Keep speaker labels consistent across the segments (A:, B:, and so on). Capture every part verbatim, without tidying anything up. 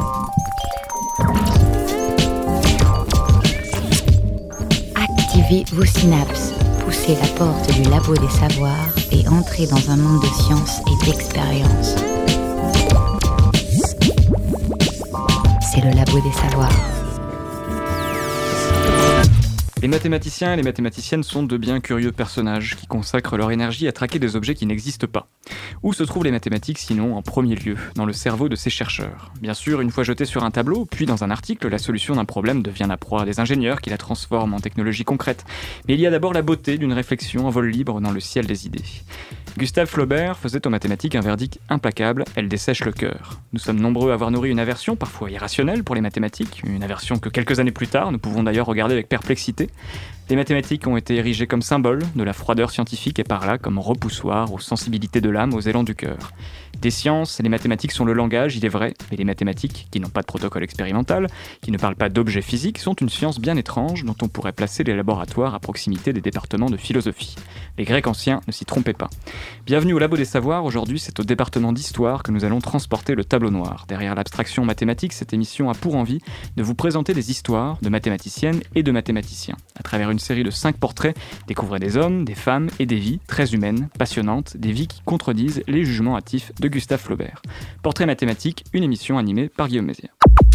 A: Activez vos synapses, poussez la porte du labo des savoirs et entrez dans un monde de science et d'expérience. C'est le labo des savoirs.
B: Les mathématiciens et les mathématiciennes sont de bien curieux personnages qui consacrent leur énergie à traquer des objets qui n'existent pas. Où se trouvent les mathématiques sinon en premier lieu, dans le cerveau de ces chercheurs? Bien sûr, une fois jetée sur un tableau, puis dans un article, la solution d'un problème devient la proie des ingénieurs qui la transforment en technologie concrète. Mais il y a d'abord la beauté d'une réflexion en vol libre dans le ciel des idées. Gustave Flaubert faisait aux mathématiques un verdict implacable, elles dessèchent le cœur. Nous sommes nombreux à avoir nourri une aversion, parfois irrationnelle, pour les mathématiques, une aversion que quelques années plus tard, nous pouvons d'ailleurs regarder avec perplexité. Les mathématiques ont été érigées comme symbole de la froideur scientifique et par là comme repoussoir aux sensibilités de l'âme, aux élans du cœur. Des sciences, les mathématiques sont le langage, il est vrai, mais les mathématiques, qui n'ont pas de protocole expérimental, qui ne parlent pas d'objets physiques, sont une science bien étrange dont on pourrait placer les laboratoires à proximité des départements de philosophie. Les Grecs anciens ne s'y trompaient pas. Bienvenue au Labo des Savoirs, aujourd'hui c'est au département d'Histoire que nous allons transporter le tableau noir. Derrière l'abstraction mathématique, cette émission a pour envie de vous présenter des histoires de mathématiciennes et de mathématiciens. À travers une série de cinq portraits, découvrez des hommes, des femmes et des vies très humaines, passionnantes, des vies qui contredisent les jugements hâtifs de Gustave Flaubert. Portrait mathématique, une émission animée par Guillaume Mézières.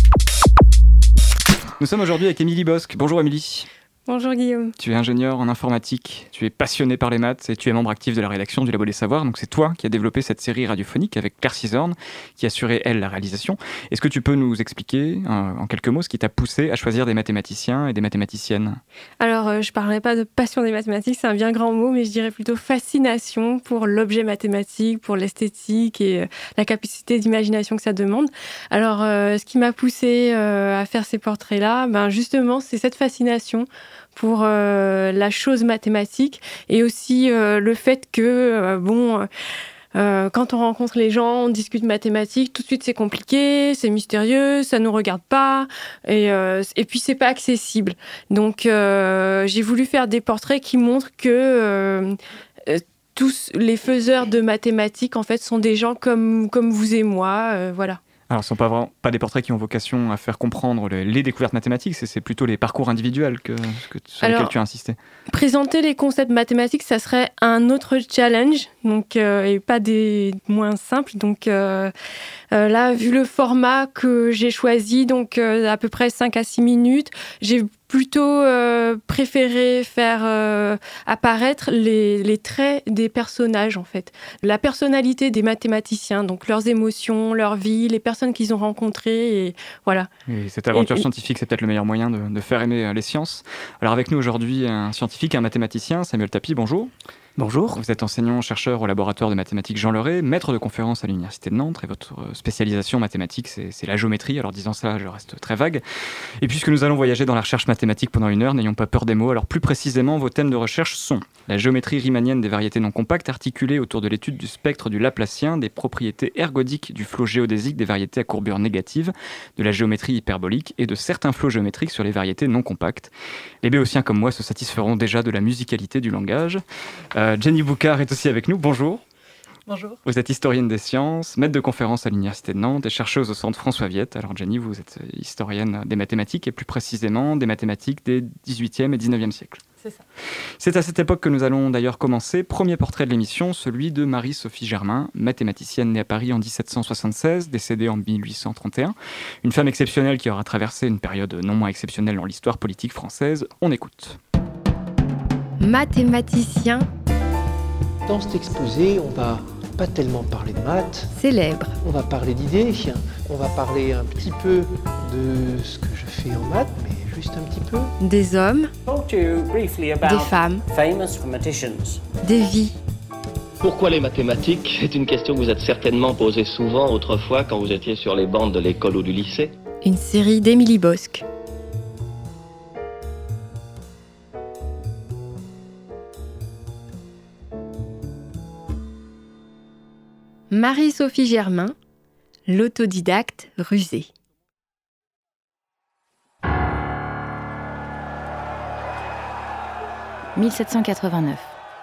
B: Nous sommes aujourd'hui avec Émilie Bosc. Bonjour Émilie.
C: Bonjour Guillaume.
B: Tu es ingénieur en informatique, tu es passionné par les maths et tu es membre actif de la rédaction du Labo des Savoirs. Donc c'est toi qui as développé cette série radiophonique avec Claire Cisorn, qui assurait elle la réalisation. Est-ce que tu peux nous expliquer euh, en quelques mots ce qui t'a poussé à choisir des mathématiciens et des mathématiciennes?
C: Alors euh, je ne parlerai pas de passion des mathématiques, c'est un bien grand mot, mais je dirais plutôt fascination pour l'objet mathématique, pour l'esthétique et euh, la capacité d'imagination que ça demande. Alors euh, ce qui m'a poussé euh, à faire ces portraits-là, ben, justement c'est cette fascination pour euh, la chose mathématique et aussi euh, le fait que, euh, bon, euh, quand on rencontre les gens, on discute mathématiques, tout de suite c'est compliqué, c'est mystérieux, ça ne nous regarde pas et, euh, et puis c'est pas accessible. Donc euh, j'ai voulu faire des portraits qui montrent que euh, euh, tous les faiseurs de mathématiques en fait sont des gens comme, comme vous et moi, euh, voilà.
B: Alors, ce ne sont pas, vraiment, pas des portraits qui ont vocation à faire comprendre les, les découvertes mathématiques, c'est, c'est plutôt les parcours individuels que, que, sur Alors, lesquels tu as insisté.
C: Présenter les concepts mathématiques, ça serait un autre challenge, donc, euh, et pas des moins simples. Donc euh, euh, là, vu le format que j'ai choisi, donc euh, à peu près cinq à six minutes, j'ai plutôt euh, préféré faire euh, apparaître les, les traits des personnages, en fait. La personnalité des mathématiciens, donc leurs émotions, leur vie, les personnes qu'ils ont rencontrées, et voilà.
B: Et cette aventure
C: et,
B: scientifique, c'est peut-être le meilleur moyen de, de faire aimer les sciences. Alors avec nous aujourd'hui, un scientifique, un mathématicien, Samuel Tapie, bonjour.
D: Bonjour.
B: Vous êtes enseignant-chercheur au laboratoire de mathématiques Jean Leray, maître de conférences à l'Université de Nantes, et votre spécialisation mathématique, c'est, c'est la géométrie. Alors disant ça, je reste très vague. Et puisque nous allons voyager dans la recherche mathématique pendant une heure, n'ayons pas peur des mots. Alors plus précisément, vos thèmes de recherche sont la géométrie riemannienne des variétés non compactes, articulée autour de l'étude du spectre du Laplacien, des propriétés ergodiques du flot géodésique des variétés à courbure négative, de la géométrie hyperbolique et de certains flots géométriques sur les variétés non compactes. Les béotiens comme moi se satisferont déjà de la musicalité du langage. Euh, Jenny Boucard est aussi avec nous, bonjour.
E: Bonjour.
B: Vous êtes historienne des sciences, maître de conférences à l'Université de Nantes et chercheuse au Centre François Viette. Alors Jenny, vous êtes historienne des mathématiques et plus précisément des mathématiques des dix-huitième et dix-neuvième siècles.
E: C'est ça.
B: C'est à cette époque que nous allons d'ailleurs commencer. Premier portrait de l'émission, celui de Marie-Sophie Germain, mathématicienne née à Paris en dix-sept cent soixante-seize, décédée en mille huit cent trente et un. Une femme exceptionnelle qui aura traversé une période non moins exceptionnelle dans l'histoire politique française. On écoute.
F: Mathématicien.
D: Dans cet exposé, on va pas tellement parler de maths.
F: Célèbre.
D: On va parler d'idées, on va parler un petit peu de ce que je fais en maths, mais juste un petit peu.
F: Des hommes. Des femmes. Des vies.
G: Pourquoi les mathématiques? C'est une question que vous êtes certainement posée souvent autrefois quand vous étiez sur les bancs de l'école ou du lycée.
F: Une série d'Émilie Bosc. Marie-Sophie Germain, l'autodidacte rusée.
A: mille sept cent quatre-vingt-neuf.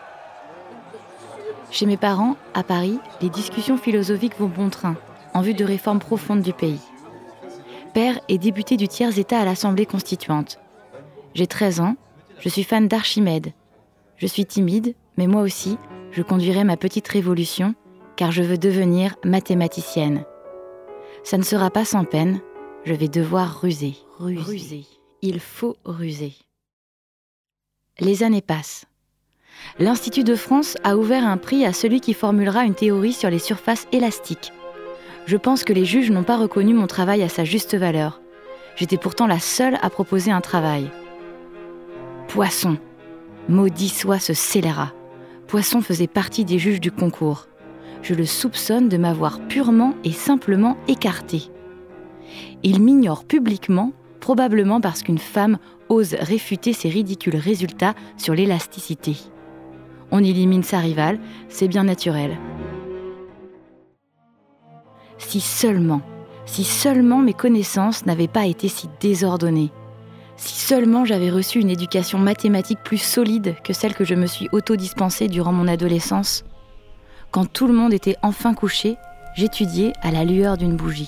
A: Chez mes parents, à Paris, les discussions philosophiques vont bon train, en vue de réformes profondes du pays. père est député du tiers état à l'Assemblée constituante. J'ai treize ans, je suis fan d'Archimède. Je suis timide, mais moi aussi, je conduirai ma petite révolution, car je veux devenir mathématicienne. Ça ne sera pas sans peine, je vais devoir ruser. Ruser. ruser. Il faut ruser. Les années passent. L'Institut de France a ouvert un prix à celui qui formulera une théorie sur les surfaces élastiques. Je pense que les juges n'ont pas reconnu mon travail à sa juste valeur. J'étais pourtant la seule à proposer un travail. Poisson. Maudit soit ce scélérat. Poisson faisait partie des juges du concours. Je le soupçonne de m'avoir purement et simplement écarté. Il m'ignore publiquement, probablement parce qu'une femme ose réfuter ses ridicules résultats sur l'élasticité. On élimine sa rivale, c'est bien naturel. Si seulement, si seulement mes connaissances n'avaient pas été si désordonnées, si seulement j'avais reçu une éducation mathématique plus solide que celle que je me suis auto-dispensée durant mon adolescence. Quand tout le monde était enfin couché, j'étudiais à la lueur d'une bougie.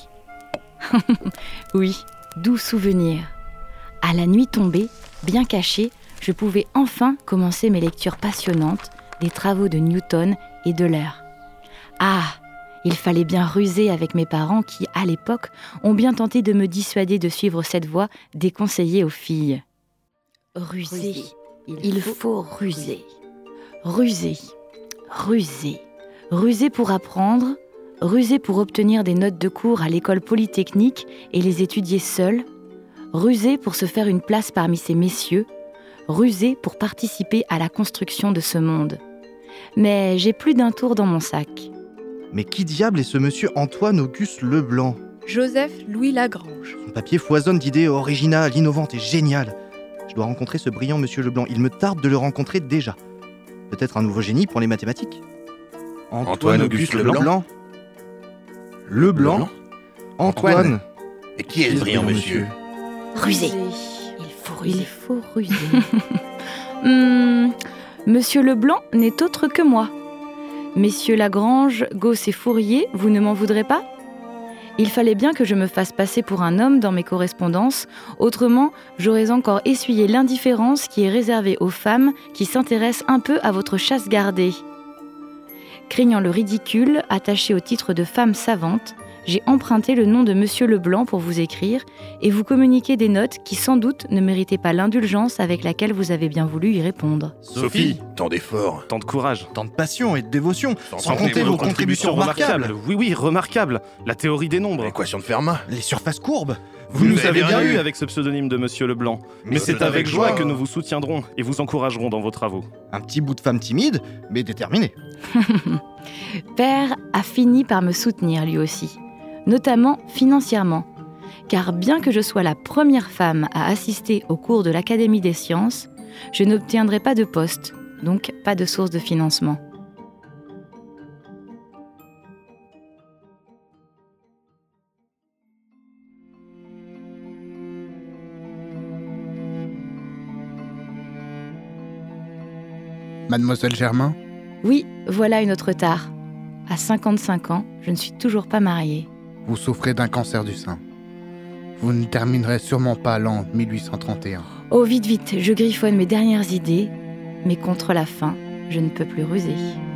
A: Oui, doux souvenir. À la nuit tombée, bien cachée, je pouvais enfin commencer mes lectures passionnantes des travaux de Newton et d'Euler. Ah, il fallait bien ruser avec mes parents qui, à l'époque, ont bien tenté de me dissuader de suivre cette voie déconseillée aux filles. Ruser. Il, il faut, faut ruser. Ruser. Ruser. Ruser pour apprendre, ruser pour obtenir des notes de cours à l'école polytechnique et les étudier seul, ruser pour se faire une place parmi ces messieurs, ruser pour participer à la construction de ce monde. Mais j'ai plus d'un tour dans mon sac.
E: Mais qui diable est ce monsieur Antoine-Auguste Leblanc ?
F: Joseph Louis Lagrange.
E: Son papier foisonne d'idées originales, innovantes et géniales. Je dois rencontrer ce brillant monsieur Leblanc. Il me tarde de le rencontrer déjà. Peut-être un nouveau génie pour les mathématiques ?
H: Antoine-Auguste Leblanc.
E: Leblanc Antoine.
H: Antoine. Et qui est ce brillant monsieur ?
A: Ruser. Il faut ruser. Il faut ruser. hum, Monsieur Leblanc n'est autre que moi. Messieurs Lagrange, Gauss et Fourier, vous ne m'en voudrez pas ? Il fallait bien que je me fasse passer pour un homme dans mes correspondances, autrement j'aurais encore essuyé l'indifférence qui est réservée aux femmes qui s'intéressent un peu à votre chasse gardée. Craignant le ridicule attaché au titre de femme savante, j'ai emprunté le nom de Monsieur Leblanc pour vous écrire et vous communiquer des notes qui sans doute ne méritaient pas l'indulgence avec laquelle vous avez bien voulu y répondre.
H: Sophie, tant d'efforts,
I: tant de courage,
E: tant de passion et de dévotion,
H: sans,
E: sans compter vos contributions remarquables.
I: remarquables. Oui, oui, remarquables. La théorie des nombres.
H: L'équation de Fermat.
E: Les surfaces courbes.
I: Vous, vous nous avez bien eu avec ce pseudonyme de Monsieur Leblanc. Mais, mais c'est, c'est avec joie que nous vous soutiendrons et vous encouragerons dans vos travaux.
E: Un petit bout de femme timide, mais déterminée.
A: Père a fini par me soutenir lui aussi, notamment financièrement. Car bien que je sois la première femme à assister aux cours de l'Académie des sciences, je n'obtiendrai pas de poste, donc pas de source de financement.
J: Mademoiselle Germain ?
A: Oui, voilà une autre tare. À cinquante-cinq ans, je ne suis toujours pas mariée.
J: Vous souffrez d'un cancer du sein. Vous ne terminerez sûrement pas l'an mille huit cent trente et un.
A: Oh, vite, vite, je griffonne mes dernières idées, mais contre la fin, je ne peux plus ruser.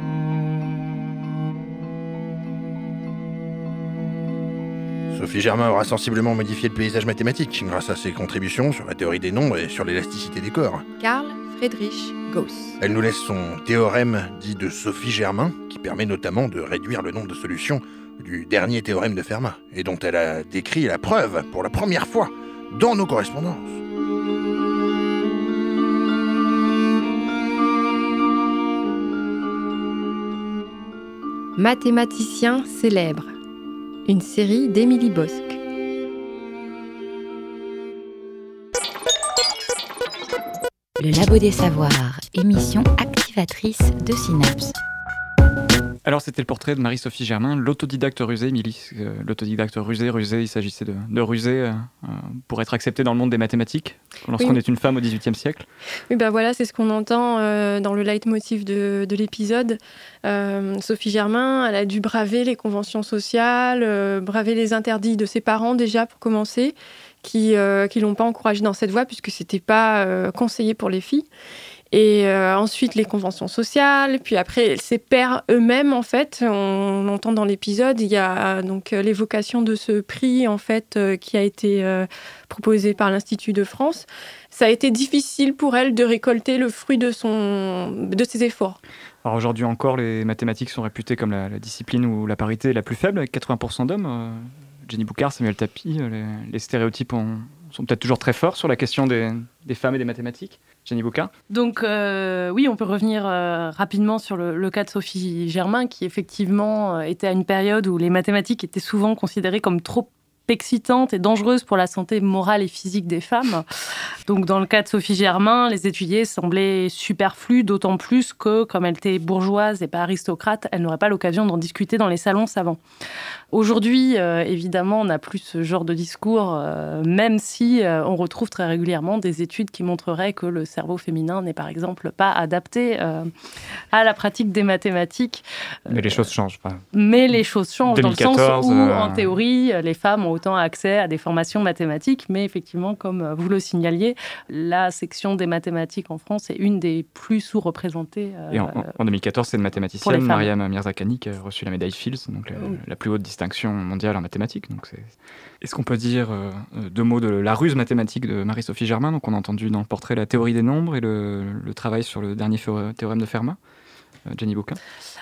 H: Sophie Germain aura sensiblement modifié le paysage mathématique grâce à ses contributions sur la théorie des nombres et sur l'élasticité des corps.
F: Carl Friedrich Gauss.
H: Elle nous laisse son théorème dit de Sophie Germain, qui permet notamment de réduire le nombre de solutions du dernier théorème de Fermat, et dont elle a décrit la preuve pour la première fois dans nos correspondances.
F: Mathématicien célèbre. Une série d'Émilie Bosc.
A: Le Labo des Savoirs, émission activatrice de Synapse.
B: Alors, c'était le portrait de Marie-Sophie Germain, l'autodidacte rusée, Émilie. Euh, l'autodidacte rusé, rusé, il s'agissait de, de ruser euh, pour être acceptée dans le monde des mathématiques, lorsqu'on
C: oui.
B: est une femme au dix-huitième siècle.
C: Oui, bah voilà, c'est ce qu'on entend euh, dans le leitmotiv de, de l'épisode. Euh, Sophie Germain, elle a dû braver les conventions sociales, euh, braver les interdits de ses parents déjà, pour commencer, qui ne euh, qui l'ont pas encouragée dans cette voie, puisque ce n'était pas euh, conseillé pour les filles. Et euh, ensuite, les conventions sociales. Puis après, ses pairs eux-mêmes, en fait, on entend dans l'épisode, il y a donc l'évocation de ce prix, en fait, euh, qui a été euh, proposé par l'Institut de France. Ça a été difficile pour elle de récolter le fruit de, son, de ses efforts.
B: Alors aujourd'hui encore, les mathématiques sont réputées comme la, la discipline où la parité est la plus faible, avec quatre-vingts pour cent d'hommes. Euh, Jenny Boucard, Samuel Tapie, les, les stéréotypes ont, sont peut-être toujours très forts sur la question des, des femmes et des mathématiques. Jenny Boucard.
K: Donc euh, oui, on peut revenir euh, rapidement sur le, le cas de Sophie Germain, qui effectivement euh, était à une période où les mathématiques étaient souvent considérées comme trop excitantes et dangereuses pour la santé morale et physique des femmes. Donc dans le cas de Sophie Germain, les étudier semblaient superflus, d'autant plus que, comme elle était bourgeoise et pas aristocrate, elle n'aurait pas l'occasion d'en discuter dans les salons savants. Aujourd'hui, euh, évidemment, on n'a plus ce genre de discours, euh, même si euh, on retrouve très régulièrement des études qui montreraient que le cerveau féminin n'est par exemple pas adapté euh, à la pratique des mathématiques.
B: Mais les choses changent pas.
K: Mais les choses changent
B: deux mille quatorze,
K: dans le sens où,
B: euh...
K: en théorie, les femmes ont autant accès à des formations mathématiques, mais effectivement, comme vous le signaliez, la section des mathématiques en France est une des plus sous-représentées. Euh,
B: Et en, en deux mille quatorze, c'est une mathématicienne, Mariam Mirzakhani, qui a reçu la médaille Fields, donc la, oui. la plus haute distinction mondiale en mathématiques. Donc c'est... Est-ce qu'on peut dire euh, deux mots de la ruse mathématique de Marie-Sophie Germain? Donc on a entendu dans le portrait la théorie des nombres et le, le travail sur le dernier théorème de Fermat. Euh, Jenny Bouquin.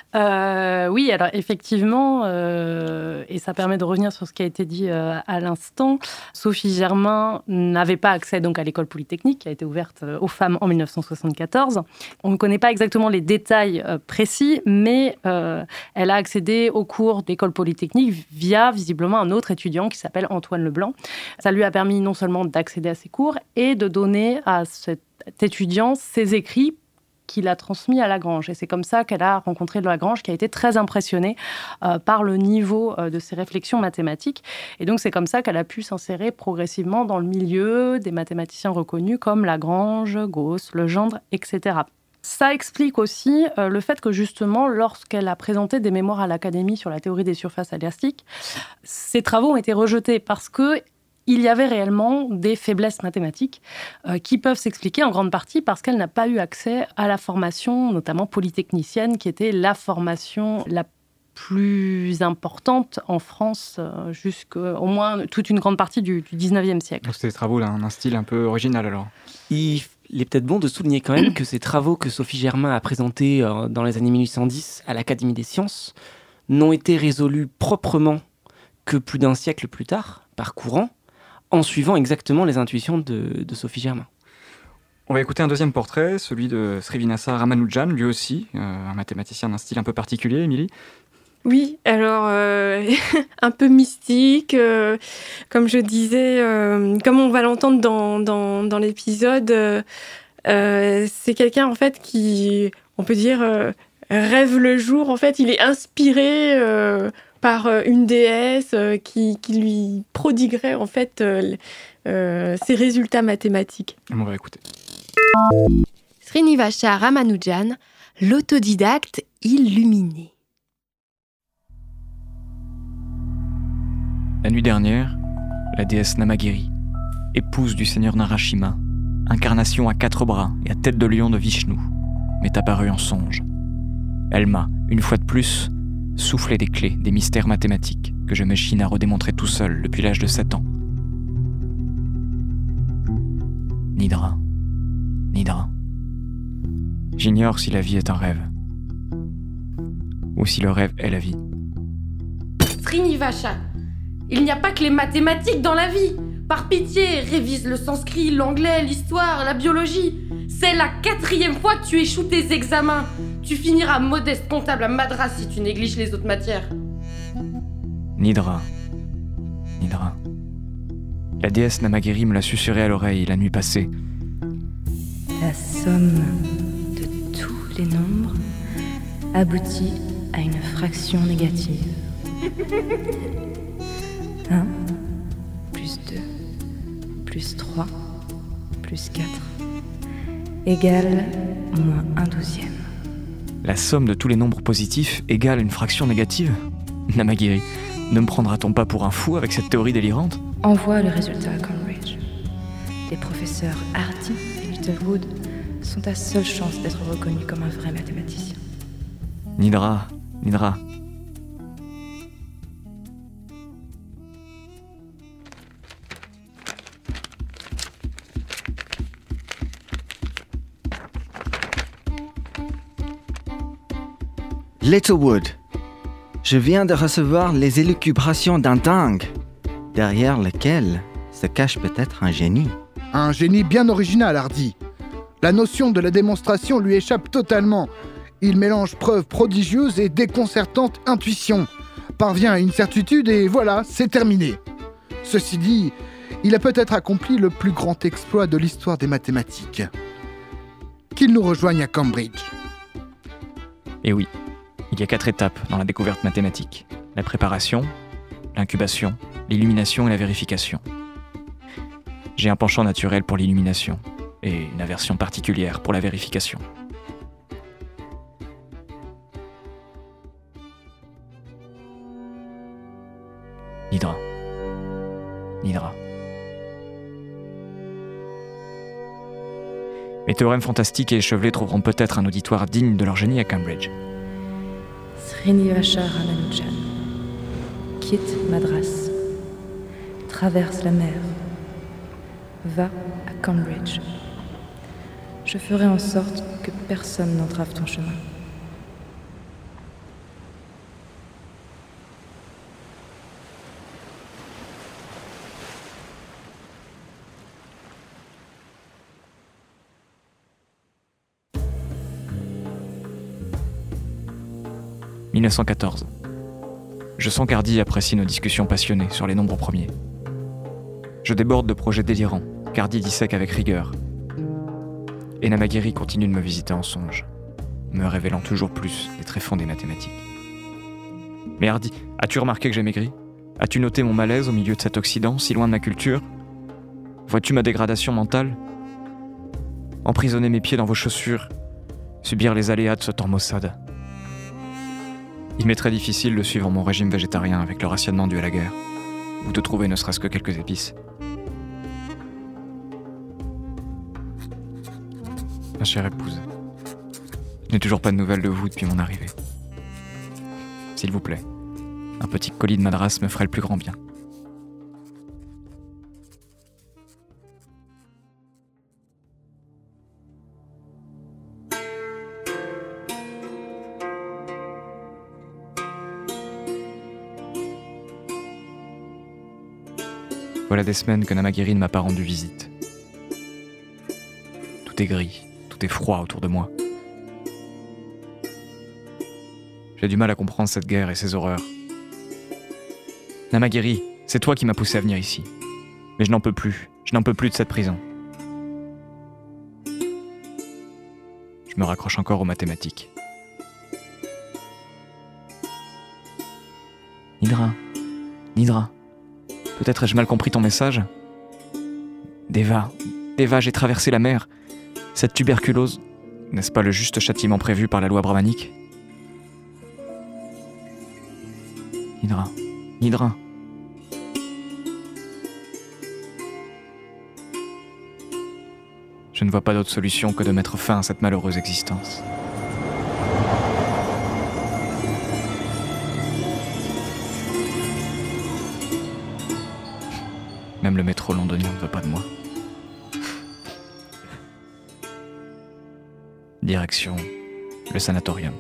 K: Euh, oui, alors effectivement, euh, et ça permet de revenir sur ce qui a été dit euh, à l'instant, Sophie Germain n'avait pas accès donc à l'école polytechnique qui a été ouverte aux femmes en mille neuf cent soixante-quatorze. On ne connaît pas exactement les détails euh, précis, mais euh, elle a accédé aux cours d'école polytechnique via visiblement un autre étudiant qui s'appelle Antoine Leblanc. Ça lui a permis non seulement d'accéder à ces cours et de donner à cet étudiant ses écrits qu'il a transmis à Lagrange. Et c'est comme ça qu'elle a rencontré Lagrange, qui a été très impressionnée euh, par le niveau euh, de ses réflexions mathématiques. Et donc, c'est comme ça qu'elle a pu s'insérer progressivement dans le milieu des mathématiciens reconnus comme Lagrange, Gauss, Legendre, et cetera. Ça explique aussi euh, le fait que, justement, lorsqu'elle a présenté des mémoires à l'Académie sur la théorie des surfaces élastiques, ses travaux ont été rejetés parce que il y avait réellement des faiblesses mathématiques euh, qui peuvent s'expliquer en grande partie parce qu'elle n'a pas eu accès à la formation, notamment polytechnicienne, qui était la formation la plus importante en France, euh, jusqu'au moins toute une grande partie du, du dix-neuvième siècle.
B: Donc ces travaux là ont un style un peu original alors.
L: Il, il est peut-être bon de souligner quand même que ces travaux que Sophie Germain a présentés euh, dans les années mille huit cent dix à l'Académie des sciences n'ont été résolus proprement que plus d'un siècle plus tard, par Courant, en suivant exactement les intuitions de, de Sophie Germain.
B: On va écouter un deuxième portrait, celui de Srivinasa Ramanujan, lui aussi, euh, un mathématicien d'un style un peu particulier, Émilie.
C: Oui, alors euh, un peu mystique, euh, comme je disais, euh, comme on va l'entendre dans, dans, dans l'épisode, euh, euh, c'est quelqu'un en fait qui, on peut dire, euh, rêve le jour. En fait, il est inspiré euh, par une déesse euh, qui, qui lui prodiguerait en fait euh, euh, ses résultats mathématiques.
B: On va écouter.
F: Srinivasa Ramanujan, l'autodidacte illuminé.
B: La nuit dernière, la déesse Namagiri, épouse du seigneur Narashima, incarnation à quatre bras et à tête de lion de Vishnu, m'est apparue en songe. Elle m'a, une fois de plus, soufflé des clés des mystères mathématiques que je m'échine à redémontrer tout seul depuis l'âge de sept ans. Nidra, Nidra. J'ignore si la vie est un rêve, ou si le rêve est la vie.
M: Srinivasa, il n'y a pas que les mathématiques dans la vie. Par pitié, révise le sanskrit, l'anglais, l'histoire, la biologie. C'est la quatrième fois que tu échoues tes examens. Tu finiras modeste comptable à Madras si tu négliges les autres matières.
B: Nidra, Nidra. La déesse Namagiri me l'a susurré à l'oreille la nuit passée.
N: La somme de tous les nombres aboutit
A: à une fraction négative. un plus deux plus trois plus quatre égale moins un douzième.
B: La somme de tous les nombres positifs égale une fraction négative ? Namaguiri, ne me prendra-t-on pas pour un fou avec cette théorie délirante ?
A: Envoie le résultat à Cambridge. Les professeurs Hardy et Littlewood sont ta seule chance d'être reconnu comme un vrai mathématicien.
B: Nidra, Nidra.
N: Littlewood, je viens de recevoir les élucubrations d'un dingue, derrière lequel se cache peut-être un génie.
J: Un génie bien original, Hardy. La notion de la démonstration lui échappe totalement. Il mélange preuves prodigieuses et déconcertantes intuitions, parvient à une certitude et voilà, c'est terminé. Ceci dit, il a peut-être accompli le plus grand exploit de l'histoire des mathématiques. Qu'il nous rejoigne à Cambridge.
B: Et oui, il y a quatre étapes dans la découverte mathématique. La préparation, l'incubation, l'illumination et la vérification. J'ai un penchant naturel pour l'illumination et une aversion particulière pour la vérification. Nidra. Nidra. Mes théorèmes fantastiques et échevelés trouveront peut-être un auditoire digne de leur génie à Cambridge.
A: Srinivasa Ramanujan. Quitte Madras. Traverse la mer. Va à Cambridge. Je ferai en sorte que personne n'entrave ton chemin.
B: dix-neuf cent quatorze. Je sens qu'Hardy apprécie nos discussions passionnées sur les nombres premiers. Je déborde de projets délirants, qu'Hardy dissèque avec rigueur. Et Namaguiri continue de me visiter en songe, me révélant toujours plus les tréfonds des mathématiques. Mais Hardy, as-tu remarqué que j'ai maigri ? As-tu noté mon malaise au milieu de cet Occident, si loin de ma culture ? Vois-tu ma dégradation mentale ? Emprisonner mes pieds dans vos chaussures, subir les aléas de ce temps maussade. Il m'est très difficile de suivre mon régime végétarien avec le rationnement dû à la guerre, ou de trouver ne serait-ce que quelques épices. Ma chère épouse, je n'ai toujours pas de nouvelles de vous depuis mon arrivée. S'il vous plaît, un petit colis de Madras me ferait le plus grand bien. Voilà des semaines que Namaguiri ne m'a pas rendu visite. Tout est gris, tout est froid autour de moi. J'ai du mal à comprendre cette guerre et ses horreurs. Namaguiri, c'est toi qui m'as poussé à venir ici. Mais je n'en peux plus, je n'en peux plus de cette prison. Je me raccroche encore aux mathématiques. Nidra, Nidra. Peut-être ai-je mal compris ton message ? Deva, Deva, j'ai traversé la mer. Cette tuberculose, n'est-ce pas le juste châtiment prévu par la loi brahmanique ? Nidra, Nidra. Je ne vois pas d'autre solution que de mettre fin à cette malheureuse existence. Même le métro londonien ne veut pas de moi. Direction le sanatorium.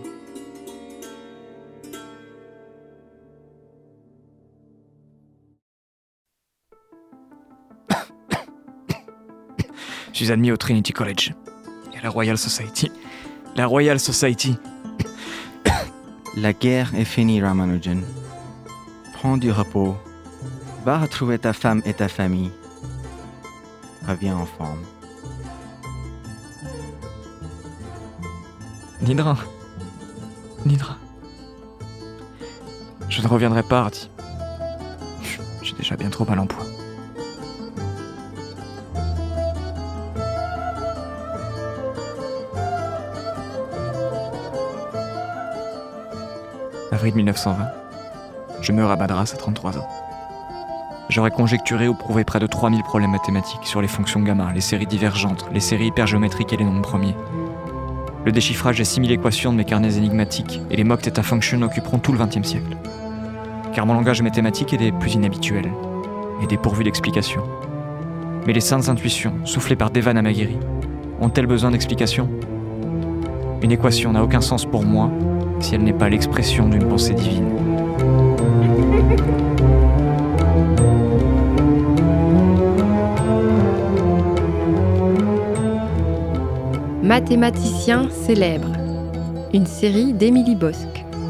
B: Je suis admis au Trinity College et à la Royal Society. La Royal Society.
N: La guerre est finie, Ramanujan. Prends du repos. Va retrouver ta femme et ta famille. Reviens en forme.
B: Nidra. Nidra. Je ne reviendrai pas, Artie. J'ai déjà bien trop mal en point. Avril mille neuf cent vingt. Je meurs à Madras à trente-trois ans. J'aurais conjecturé ou prouvé près de trois mille problèmes mathématiques sur les fonctions gamma, les séries divergentes, les séries hypergéométriques et les nombres premiers. Le déchiffrage des six mille équations de mes carnets énigmatiques et les mock theta functions occuperont tout le vingtième siècle. Car mon langage mathématique est des plus inhabituels et dépourvu d'explications. Mais les saintes intuitions, soufflées par Devan Amagiri, ont-elles besoin d'explications ? Une équation n'a aucun sens pour moi si elle n'est pas l'expression d'une pensée divine.
F: Mathématicien célèbre. Une série d'Émilie Bosc.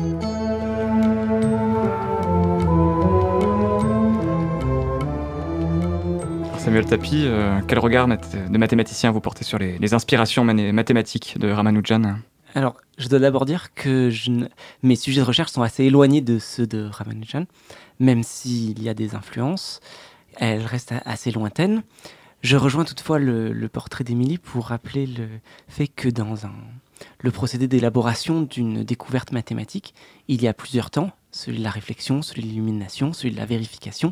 B: Samuel Tapie, euh, quel regard de mathématicien vous portez sur les, les inspirations mané- mathématiques de Ramanujan ?
L: Alors, je dois d'abord dire que je ne... mes sujets de recherche sont assez éloignés de ceux de Ramanujan, même s'il y a des influences, elles restent assez lointaines. Je rejoins toutefois le, le portrait d'Émilie pour rappeler le fait que dans un, le procédé d'élaboration d'une découverte mathématique, il y a plusieurs temps, celui de la réflexion, celui de l'illumination, celui de la vérification.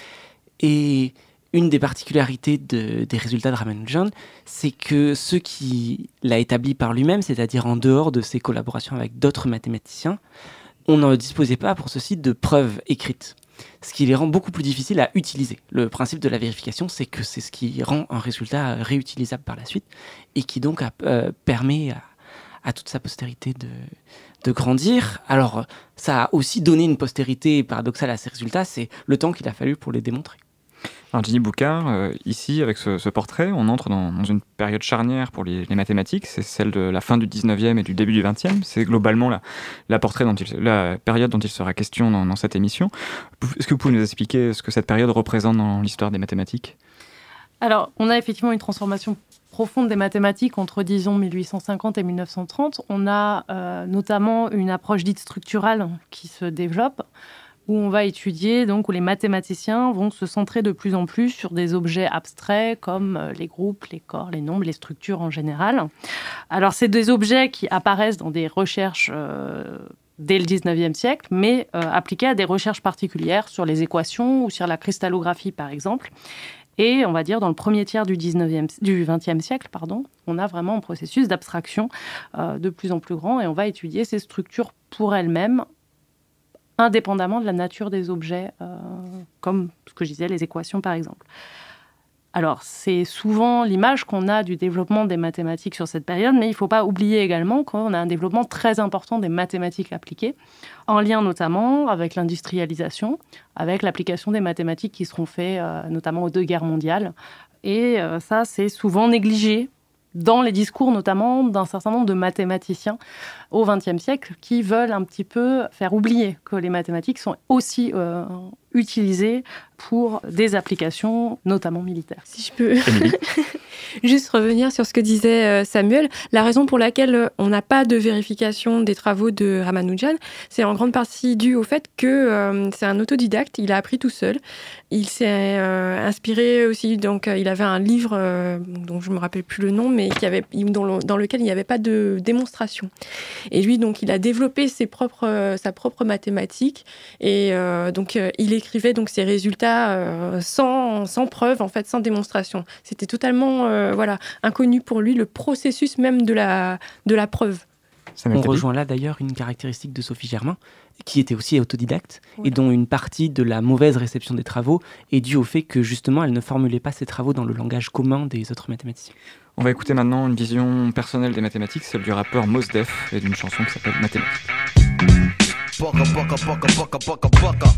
L: Et une des particularités de, des résultats de Ramanujan, c'est que ce qu'il a établi par lui-même, c'est-à-dire en dehors de ses collaborations avec d'autres mathématiciens, on ne disposait pas pour ceci de preuves écrites. Ce qui les rend beaucoup plus difficiles à utiliser. Le principe de la vérification, c'est que c'est ce qui rend un résultat réutilisable par la suite et qui donc a, euh, permet à, à toute sa postérité de, de grandir. Alors, ça a aussi donné une postérité paradoxale à ces résultats, c'est le temps qu'il a fallu pour les démontrer.
B: Alors Jenny Boucard, euh, ici, avec ce, ce portrait, on entre dans, dans une période charnière pour les, les mathématiques, c'est celle de la fin du dix-neuvième et du début du vingtième, c'est globalement la, la, portrait dont il, la période dont il sera question dans, dans cette émission. Est-ce que vous pouvez nous expliquer ce que cette période représente dans l'histoire des mathématiques ?
K: Alors, on a effectivement une transformation profonde des mathématiques entre, disons, mille huit cent cinquante et mille neuf cent trente. On a euh, notamment une approche dite structurale qui se développe, où on va étudier, donc où les mathématiciens vont se centrer de plus en plus sur des objets abstraits comme les groupes, les corps, les nombres, les structures en général. Alors, c'est des objets qui apparaissent dans des recherches euh, dès le dix-neuvième siècle, mais euh, appliqués à des recherches particulières sur les équations ou sur la cristallographie, par exemple. Et on va dire dans le premier tiers du, dix-neuvième, du vingtième siècle, pardon, on a vraiment un processus d'abstraction euh, de plus en plus grand et on va étudier ces structures pour elles-mêmes, indépendamment de la nature des objets, euh, comme ce que je disais, les équations par exemple. Alors, c'est souvent l'image qu'on a du développement des mathématiques sur cette période, mais il ne faut pas oublier également qu'on a un développement très important des mathématiques appliquées, en lien notamment avec l'industrialisation, avec l'application des mathématiques qui seront faites euh, notamment aux deux guerres mondiales. Et euh, ça, c'est souvent négligé dans les discours notamment d'un certain nombre de mathématiciens au vingtième siècle qui veulent un petit peu faire oublier que les mathématiques sont aussi euh, utilisées pour des applications, notamment militaires.
C: Si je peux juste revenir sur ce que disait Samuel, la raison pour laquelle on n'a pas de vérification des travaux de Ramanujan, c'est en grande partie dû au fait que euh, c'est un autodidacte, il a appris tout seul. Il s'est euh, inspiré aussi, donc euh, il avait un livre euh, dont je ne me rappelle plus le nom, mais qui avait, dans, le, dans lequel il n'y avait pas de démonstration. Et lui, donc, il a développé ses propres, euh, sa propre mathématique et euh, donc euh, il écrivait donc ses résultats euh, sans, sans preuve, en fait, sans démonstration. C'était totalement euh, voilà, inconnu pour lui, le processus même de la, de la preuve.
L: On rejoint là d'ailleurs une caractéristique de Sophie Germain, qui était aussi autodidacte, voilà. Et dont une partie de la mauvaise réception des travaux est due au fait que justement elle ne formulait pas ses travaux dans le langage commun des autres mathématiciens.
B: On va écouter maintenant une vision personnelle des mathématiques, celle du rappeur Mos Def et d'une chanson qui s'appelle Mathématiques.
O: Bucka, bucka, bucka, bucka, bucka, bucka.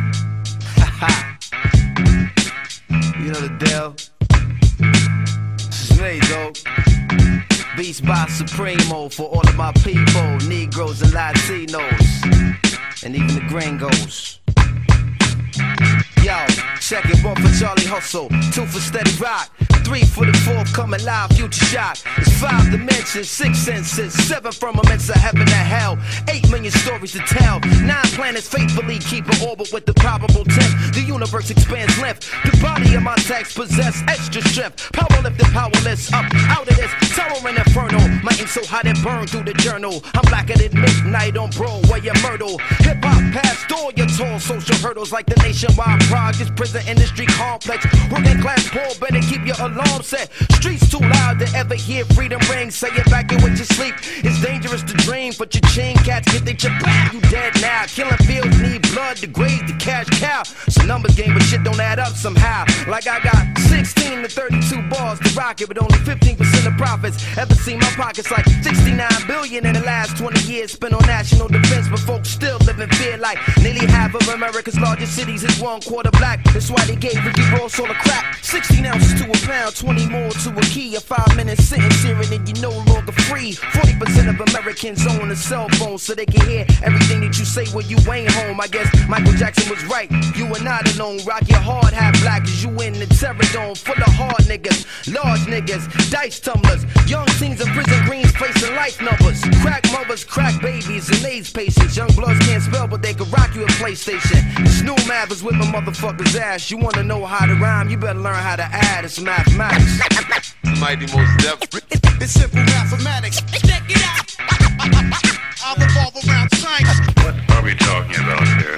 O: You know the deal. This is me, though. Beats by Supremo for all of my people, Negroes and Latinos, and even the gringos. Yo, check it, one for Charlie Hustle, two for Steady Rock, three three for the forthcoming live future shock. It's five dimensions, six senses, seven firmaments of heaven and hell, eight million stories to tell, nine planets faithfully keep an orbit with the probable tenth. The universe expands length, the body of my text possess extra strength, power lifted, powerless, up out of this terror and inferno. My ink so hot it burned through the journal. I'm blacker than midnight on Broadway and Myrtle. Hip hop past all your tall social hurdles like the nationwide projects, prison industry complex. Working class poor, better keep your alarm set. Streets too loud to ever hear freedom ring. Say it back in with your sleep. It's dangerous to dream, but your chain cats get they chip back. You dead now. Killing fields need blood to graze the cash cow. It's a numbers game, but shit don't add up somehow. Like I got sixteen to thirty-two bars to rock it, but only fifteen percent of profits. Ever seen my pockets like sixty-nine billion in the last twenty years spent on national defense, but folks still live in fear like nearly half of America's largest cities is one quarter black. That's why they gave Ricky Ross all the crack. sixteen ounces to a pound, twenty more to a key. A five minute sentence here and then you're no longer free. forty percent of Americans own a cell phone so they can hear everything that you say when you ain't home. I guess Michael Jackson was right, you are not alone. Rock your hard hat black as you in the terror dome. Full of hard niggas, large niggas, dice tumblers, young teens in prison greens facing life numbers. Crack mothers, crack babies, and AIDS patients. Young bloods can't spell, but they can rock you a PlayStation. Snoop Mathers whipping motherfuckers' ass. You wanna know how to rhyme? You better learn how to add. It's mathematics.
P: Mighty most def. It's simple mathematics. Check it out. I'll revolve around science.
Q: What are we talking about here?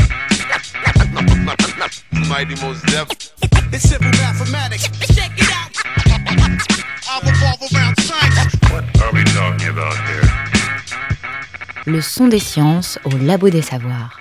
P: Mighty most def. It's simple mathematics. Check it out. I'll revolve around science.
Q: What are we talking about here?
A: Le son des sciences au Labo des Savoirs.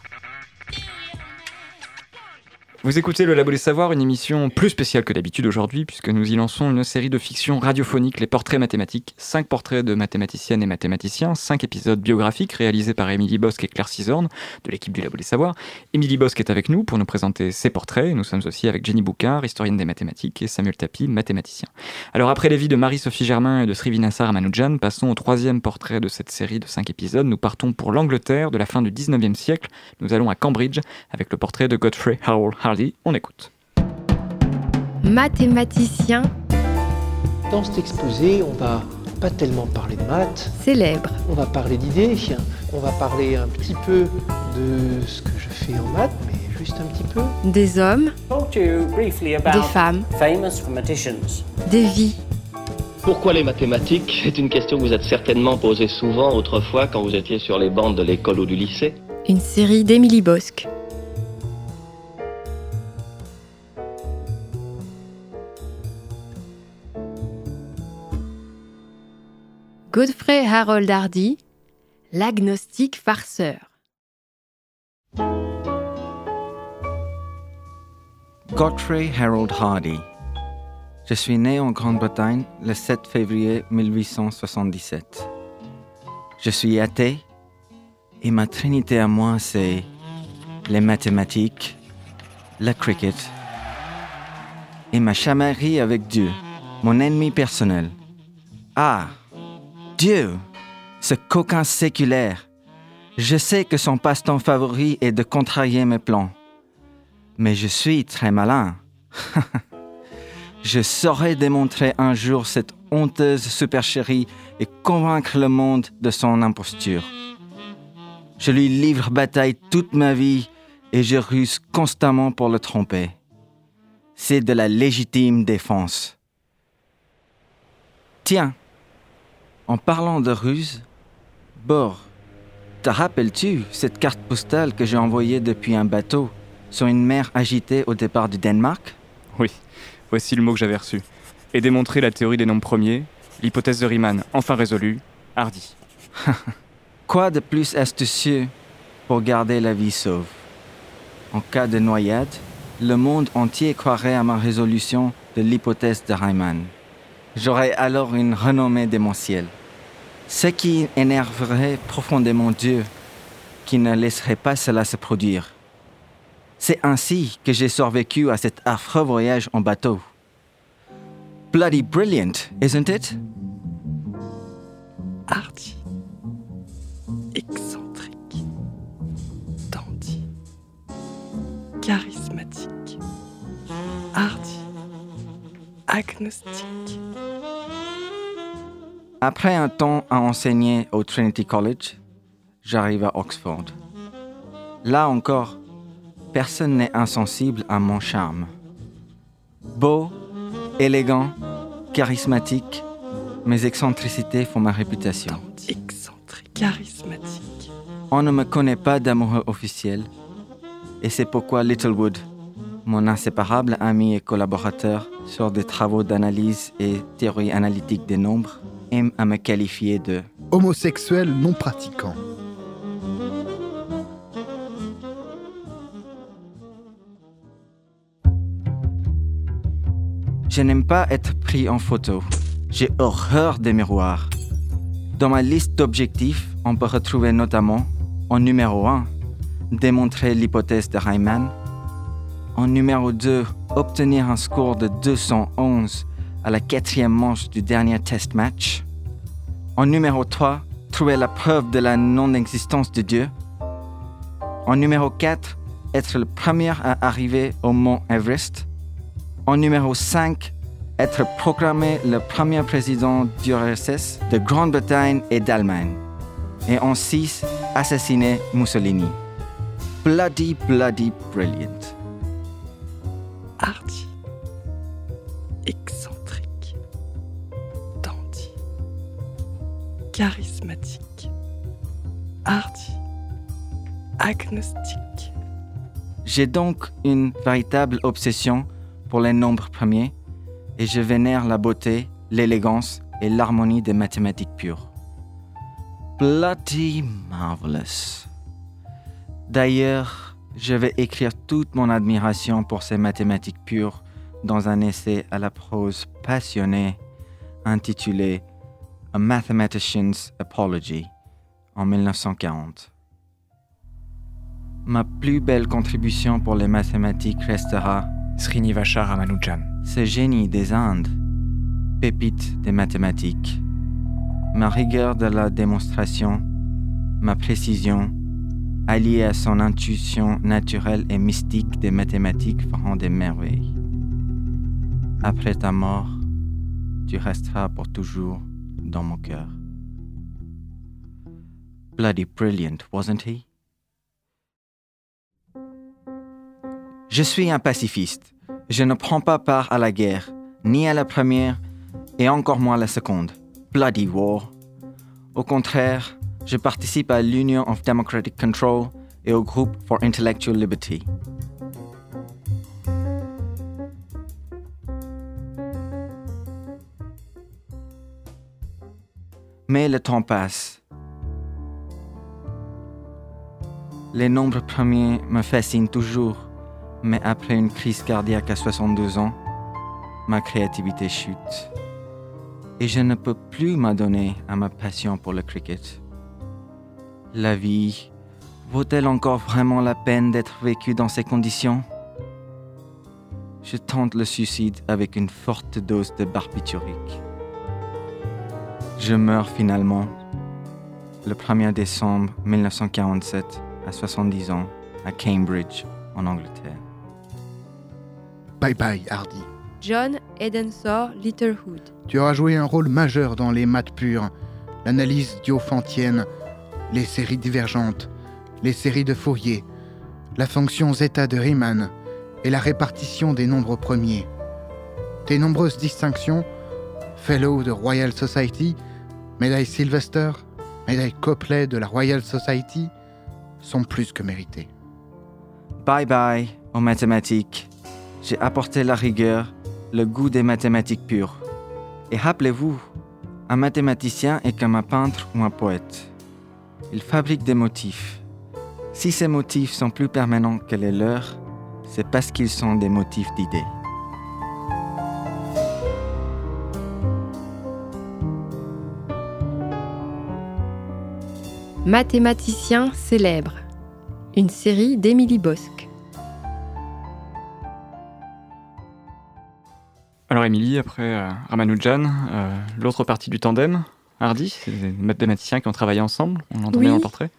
B: Vous écoutez le Labo des Savoirs, une émission plus spéciale que d'habitude aujourd'hui, puisque nous y lançons une série de fiction radiophonique, les portraits mathématiques. Cinq portraits de mathématiciennes et mathématiciens, cinq épisodes biographiques réalisés par Émilie Bosque et Claire Cisorne, de l'équipe du Labo des Savoirs. Émilie Bosque est avec nous pour nous présenter ses portraits. Nous sommes aussi avec Jenny Boucard, historienne des mathématiques, et Samuel Tapie, mathématicien. Alors après les vies de Marie-Sophie Germain et de Srivinasa Ramanujan, passons au troisième portrait de cette série de cinq épisodes. Nous partons pour l'Angleterre de la fin du dix-neuvième siècle. Nous allons à Cambridge avec le portrait de Godfrey Howell Hardy. On écoute.
F: Mathématicien.
D: Dans cet exposé, on va pas tellement parler de maths.
F: Célèbre.
D: On va parler d'idées. On va parler un petit peu de ce que je fais en maths, mais juste un petit peu.
F: Des hommes. Des femmes. Des vies.
G: Pourquoi les mathématiques? C'est une question que vous êtes certainement posée souvent autrefois quand vous étiez sur les bancs de l'école ou du lycée.
F: Une série d'Émilie Bosque. Godfrey Harold Hardy, l'agnostique farceur.
N: Godfrey Harold Hardy. Je suis né en Grande-Bretagne le sept février mille huit cent soixante-dix-sept. Je suis athée et ma trinité à moi, c'est les mathématiques, le cricket et ma chamaillerie avec Dieu, mon ennemi personnel. Ah! Dieu, ce coquin séculaire. Je sais que son passe-temps favori est de contrarier mes plans. Mais je suis très malin. Je saurais démontrer un jour cette honteuse supercherie et convaincre le monde de son imposture. Je lui livre bataille toute ma vie et je ruse constamment pour le tromper. C'est de la légitime défense. Tiens, en parlant de ruse, Bor, te rappelles-tu cette carte postale que j'ai envoyée depuis un bateau sur une mer agitée au départ du Danemark?
B: Oui, voici le mot que j'avais reçu. Et démontrer la théorie des nombres premiers, l'hypothèse de Riemann, enfin résolue, Hardy.
N: Quoi de plus astucieux pour garder la vie sauve? En cas de noyade, le monde entier croirait à ma résolution de l'hypothèse de Riemann. J'aurais alors une renommée démentielle. Ce qui énerverait profondément Dieu, qui ne laisserait pas cela se produire. C'est ainsi que j'ai survécu à cet affreux voyage en bateau. Bloody brilliant, isn't it?
L: Hardy. Excentrique. Dandy. Charismatique. Hardy.
F: agnostique.
N: Après un temps à enseigner au Trinity College, j'arrive à Oxford. Là encore, personne n'est insensible à mon charme. Beau, élégant, charismatique, mes excentricités font ma réputation.
F: Excentrique, charismatique.
N: On ne me connaît pas d'amoureux officiel, et c'est pourquoi Littlewood, mon inséparable ami et collaborateur sur des travaux d'analyse et théorie analytique des nombres, aime à me qualifier de
J: homosexuel non pratiquant.
N: Je n'aime pas être pris en photo. J'ai horreur des miroirs. Dans ma liste d'objectifs, on peut retrouver notamment, en numéro un, démontrer l'hypothèse de Riemann. En numéro deux, obtenir un score de deux cent onze à la quatrième manche du dernier test match. En numéro trois, trouver la preuve de la non-existence de Dieu. En numéro quatre, être le premier à arriver au mont Everest. En numéro cinq, être proclamé le premier président d'U R S S de Grande-Bretagne et d'Allemagne. Et en six, assassiner Mussolini. Bloody, bloody brilliant.
F: Hardy. Excentrique. Dandy. Charismatique. Hardy. Agnostique.
N: J'ai donc une véritable obsession pour les nombres premiers et je vénère la beauté, l'élégance et l'harmonie des mathématiques pures. Bloody marvelous. D'ailleurs, je vais écrire toute mon admiration pour ces mathématiques pures dans un essai à la prose passionnée intitulé A Mathematician's Apology en dix-neuf cent quarante. Ma plus belle contribution pour les mathématiques restera
B: Srinivasa Ramanujan.
N: Ce génie des Indes, pépite des mathématiques. Ma rigueur de la démonstration, ma précision, alliée à son intuition naturelle et mystique des mathématiques feront des merveilles. Après ta mort, tu resteras pour toujours dans mon cœur. Bloody brilliant, wasn't he? Je suis un pacifiste. Je ne prends pas part à la guerre, ni à la première, et encore moins à la seconde. Bloody war. Au contraire, je participe à l'Union of Democratic Control et au groupe for Intellectual Liberty. Mais le temps passe. Les nombres premiers me fascinent toujours, mais après une crise cardiaque à soixante-deux ans, ma créativité chute. Et je ne peux plus m'adonner à ma passion pour le cricket. La vie, vaut-elle encore vraiment la peine d'être vécue dans ces conditions? Je tente le suicide avec une forte dose de barbiturique. Je meurs finalement le premier décembre dix-neuf cent quarante-sept à soixante-dix ans à Cambridge, en Angleterre.
J: Bye bye, Hardy.
F: John Edensor Littlewood.
J: Tu auras joué un rôle majeur dans les maths pures, l'analyse diophantienne, les séries divergentes, les séries de Fourier, la fonction zeta de Riemann et la répartition des nombres premiers. Tes nombreuses distinctions, Fellow de Royal Society, médaille Sylvester, médaille Copley de la Royal Society, sont plus que méritées.
N: Bye bye aux mathématiques. J'ai apporté la rigueur, le goût des mathématiques pures. Et rappelez-vous, un mathématicien est comme un peintre ou un poète. Il fabrique des motifs. Si ces motifs sont plus permanents que les leurs, c'est parce qu'ils sont des motifs d'idées.
F: Mathématicien célèbre. Une série d'Émilie Bosc.
B: Alors Émilie, après euh, Ramanujan, euh, l'autre partie du tandem, Hardy, c'est des mathématiciens qui ont travaillé ensemble, on l'entendait
C: Oui.
B: dans le portrait.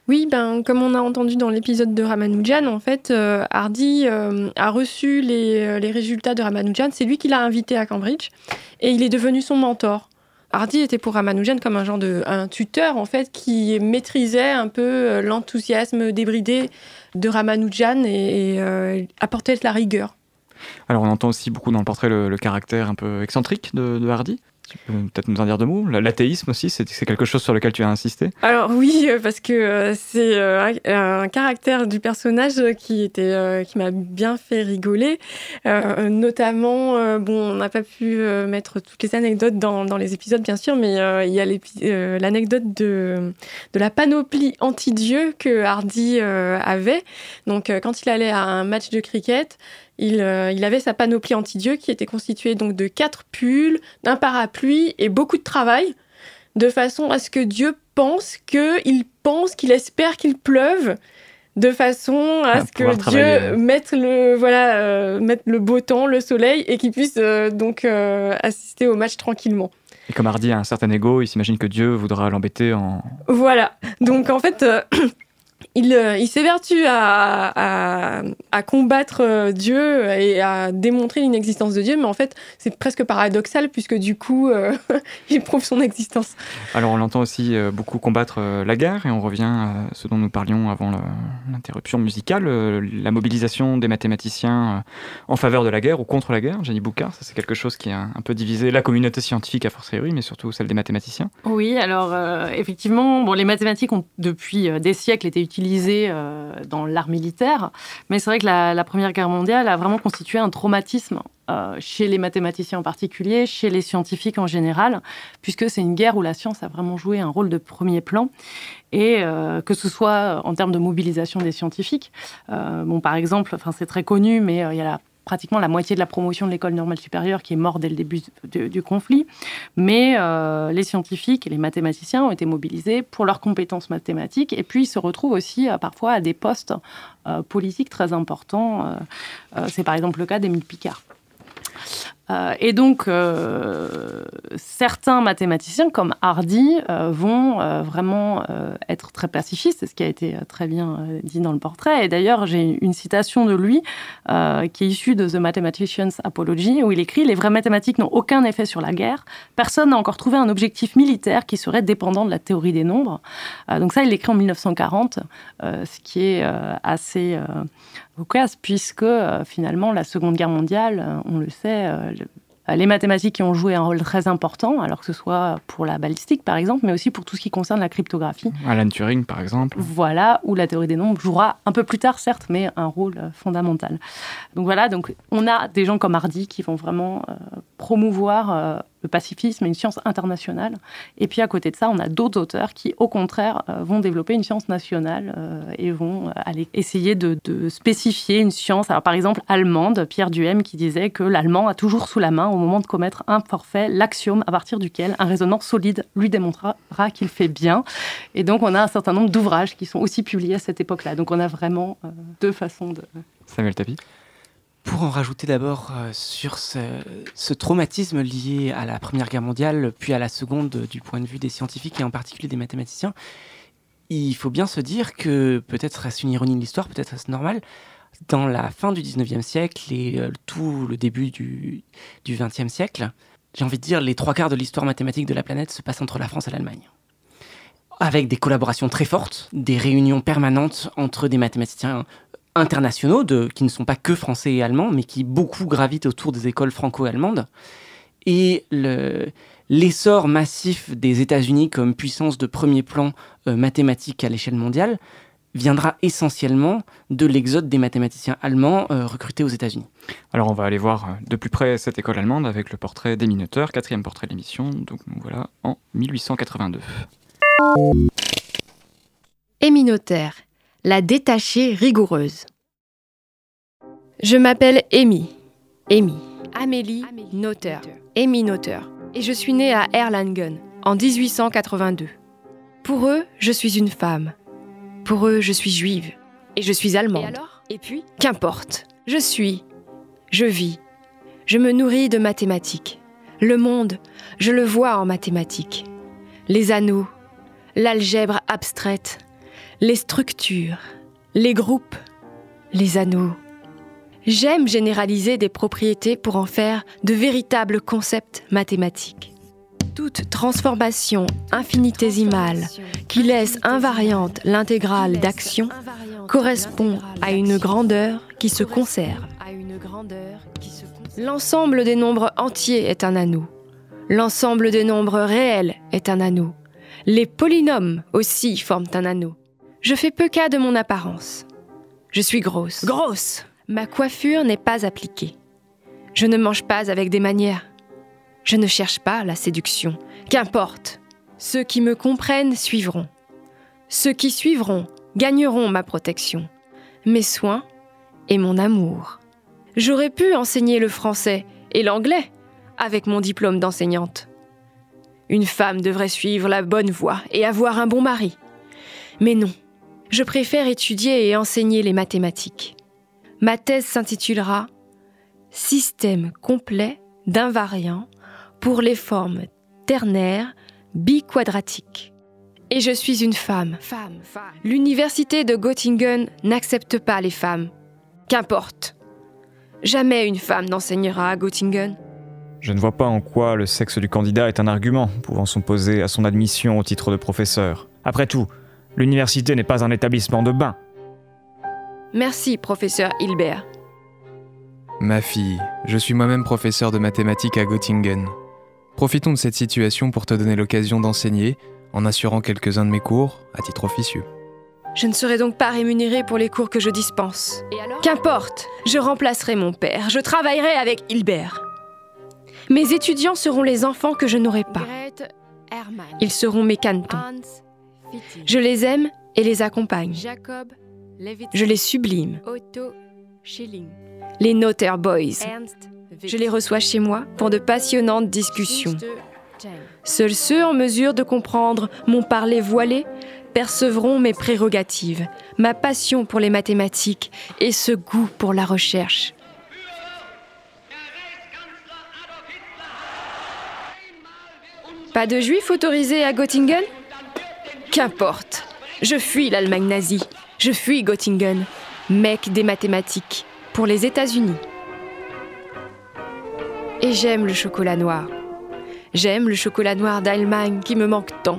C: Oui, ben, comme on a entendu dans l'épisode de Ramanujan, en fait, euh, Hardy euh, a reçu les, les résultats de Ramanujan. C'est lui qui l'a invité à Cambridge et il est devenu son mentor. Hardy était pour Ramanujan comme un genre de un tuteur, en fait, qui maîtrisait un peu l'enthousiasme débridé de Ramanujan et, et euh, apportait de la rigueur.
B: Alors on entend aussi beaucoup dans le portrait le, le caractère un peu excentrique de, de Hardy. Tu peux peut-être nous en dire deux mots. L'athéisme aussi, c'est, c'est quelque chose sur lequel tu as insisté.
C: Alors oui, parce que euh, c'est euh, un, un caractère du personnage qui, était, euh, qui m'a bien fait rigoler. Euh, notamment, euh, bon, on n'a pas pu euh, mettre toutes les anecdotes dans, dans les épisodes, bien sûr, mais euh, il y a euh, l'anecdote de, de la panoplie anti-dieu que Hardy euh, avait. Donc euh, quand il allait à un match de cricket, Il, euh, il avait sa panoplie anti-dieu qui était constituée donc de quatre pulls, d'un parapluie et beaucoup de travail, de façon à ce que Dieu pense qu'il pense, qu'il espère qu'il pleuve, de façon à, à ce que Dieu mette le, voilà, euh, mette le beau temps, le soleil, et qu'il puisse euh, donc euh, assister au match tranquillement.
B: Et comme Hardy a un certain ego, il s'imagine que Dieu voudra l'embêter en...
C: Voilà, donc en fait... Euh, Il, euh, il s'évertue à, à, à combattre euh, Dieu et à démontrer l'inexistence de Dieu, mais en fait, c'est presque paradoxal, puisque du coup, euh, il prouve son existence.
B: Alors, on l'entend aussi euh, beaucoup combattre euh, la guerre, et on revient à ce dont nous parlions avant le, l'interruption musicale, euh, la mobilisation des mathématiciens euh, en faveur de la guerre ou contre la guerre. Jenny Boucard, ça c'est quelque chose qui a un peu divisé la communauté scientifique a fortiori, mais surtout celle des mathématiciens.
K: Oui, alors euh, effectivement, bon, les mathématiques ont depuis euh, des siècles été utilisées utilisé euh, dans l'art militaire, mais c'est vrai que la, la Première Guerre mondiale a vraiment constitué un traumatisme euh, chez les mathématiciens en particulier, chez les scientifiques en général, puisque c'est une guerre où la science a vraiment joué un rôle de premier plan, et euh, que ce soit en termes de mobilisation des scientifiques. Euh, bon, par exemple, enfin, c'est très connu, mais il euh, y a la pratiquement la moitié de la promotion de l'école normale supérieure qui est morte dès le début de, du conflit. Mais euh, les scientifiques et les mathématiciens ont été mobilisés pour leurs compétences mathématiques et puis ils se retrouvent aussi euh, parfois à des postes euh, politiques très importants. Euh, euh, c'est par exemple le cas d'Émile Picard. Euh, et donc, euh, certains mathématiciens comme Hardy euh, vont euh, vraiment euh, être très pacifistes, c'est ce qui a été très bien euh, dit dans le portrait. Et d'ailleurs, j'ai une citation de lui euh, qui est issue de The Mathematician's Apology, où il écrit « Les vraies mathématiques n'ont aucun effet sur la guerre. Personne n'a encore trouvé un objectif militaire qui serait dépendant de la théorie des nombres. Euh, » Donc ça, il l'écrit en mille neuf cent quarante, euh, ce qui est euh, assez... Euh, Vocace, puisque euh, finalement la Seconde Guerre mondiale, euh, on le sait, euh, le, les mathématiques y ont joué un rôle très important, alors que ce soit pour la balistique par exemple, mais aussi pour tout ce qui concerne la cryptographie.
B: Alan Turing par exemple.
K: Voilà, où la théorie des nombres jouera un peu plus tard certes, mais un rôle euh, fondamental. Donc voilà, donc on a des gens comme Hardy qui vont vraiment euh, promouvoir euh, le pacifisme et une science internationale. Et puis à côté de ça, on a d'autres auteurs qui, au contraire, euh, vont développer une science nationale euh, et vont euh, aller essayer de, de spécifier une science. Alors par exemple, allemande, Pierre Duhem qui disait que l'allemand a toujours sous la main, au moment de commettre un forfait, l'axiome à partir duquel un raisonnement solide lui démontrera qu'il fait bien. Et donc on a un certain nombre d'ouvrages qui sont aussi publiés à cette époque-là. Donc on a vraiment euh, deux façons de...
B: Samuel Tapie.
L: Pour en rajouter d'abord euh, sur ce, ce traumatisme lié à la Première Guerre mondiale, puis à la Seconde du point de vue des scientifiques et en particulier des mathématiciens, il faut bien se dire que, peut-être est-ce une ironie de l'histoire, peut-être est-ce normal, dans la fin du dix-neuvième siècle et euh, tout le début du, du vingtième siècle, j'ai envie de dire les trois quarts de l'histoire mathématique de la planète se passent entre la France et l'Allemagne. Avec des collaborations très fortes, des réunions permanentes entre des mathématiciens internationaux, de, qui ne sont pas que français et allemands, mais qui beaucoup gravitent autour des écoles franco-allemandes. Et le, l'essor massif des États-Unis comme puissance de premier plan euh, mathématique à l'échelle mondiale viendra essentiellement de l'exode des mathématiciens allemands euh, recrutés aux États-Unis.
B: Alors on va aller voir de plus près cette école allemande avec le portrait d'Emmy Noether, quatrième portrait de l'émission, donc voilà, en mille huit cent quatre-vingt-deux.
F: Emmy Noether, la détachée rigoureuse. Je m'appelle Emmy. Emmy. Amélie Noether. Emmy Noether. Et je suis née à Erlangen en dix-huit cent quatre-vingt-deux. Pour eux, je suis une femme. Pour eux, je suis juive. Et je suis allemande. Et alors ? Et puis ? Qu'importe. Je suis. Je vis. Je me nourris de mathématiques. Le monde, je le vois en mathématiques. Les anneaux, l'algèbre abstraite, les structures, les groupes, les anneaux. J'aime généraliser des propriétés pour en faire de véritables concepts mathématiques. Toute transformation infinitésimale qui laisse invariante l'intégrale d'action correspond à une grandeur qui se conserve. L'ensemble des nombres entiers est un anneau. L'ensemble des nombres réels est un anneau. Les polynômes aussi forment un anneau. Je fais peu cas de mon apparence. Je suis grosse. Grosse! Ma coiffure n'est pas appliquée. Je ne mange pas avec des manières. Je ne cherche pas la séduction. Qu'importe. Ceux qui me comprennent suivront. Ceux qui suivront gagneront ma protection, mes soins et mon amour. J'aurais pu enseigner le français et l'anglais avec mon diplôme d'enseignante. Une femme devrait suivre la bonne voie et avoir un bon mari. Mais non, je préfère étudier et enseigner les mathématiques. Ma thèse s'intitulera « Système complet d'invariants pour les formes ternaires biquadratiques ». Et je suis une femme. Femme. L'université de Göttingen n'accepte pas les femmes. Qu'importe. Jamais une femme n'enseignera à Göttingen.
B: Je ne vois pas en quoi le sexe du candidat est un argument pouvant s'opposer à son admission au titre de professeur. Après tout, l'université n'est pas un établissement de bain.
F: Merci, professeur Hilbert.
R: Ma fille, je suis moi-même professeur de mathématiques à Göttingen. Profitons de cette situation pour te donner l'occasion d'enseigner, en assurant quelques-uns de mes cours à titre officieux.
F: Je ne serai donc pas rémunérée pour les cours que je dispense. Et alors ? Qu'importe, je remplacerai mon père, je travaillerai avec Hilbert. Mes étudiants seront les enfants que je n'aurai pas. Ils seront mes canetons. Je les aime et les accompagne. Je les sublime. Les Noether Boys. Je les reçois chez moi pour de passionnantes discussions. Seuls ceux en mesure de comprendre mon parler voilé percevront mes prérogatives, ma passion pour les mathématiques et ce goût pour la recherche. Pas de juifs autorisés à Göttingen ? Qu'importe, je fuis l'Allemagne nazie, je fuis Göttingen, mecque des mathématiques, pour les États-Unis. Et j'aime le chocolat noir. J'aime le chocolat noir d'Allemagne qui me manque tant.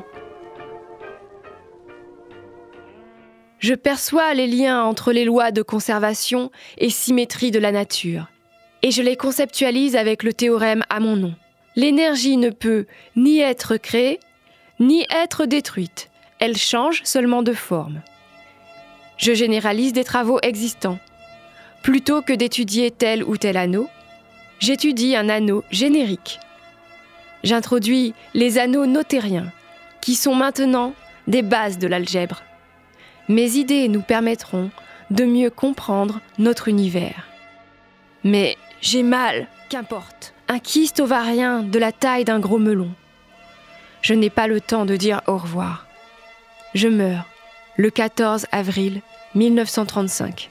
F: Je perçois les liens entre les lois de conservation et symétrie de la nature, et je les conceptualise avec le théorème à mon nom. L'énergie ne peut ni être créée, ni être détruite. Elle change seulement de forme. Je généralise des travaux existants. Plutôt que d'étudier tel ou tel anneau, j'étudie un anneau générique. J'introduis les anneaux noethériens, qui sont maintenant des bases de l'algèbre. Mes idées nous permettront de mieux comprendre notre univers. Mais j'ai mal, qu'importe, un kyste ovarien de la taille d'un gros melon. Je n'ai pas le temps de dire au revoir. Je meurs le quatorze avril mille neuf cent trente-cinq.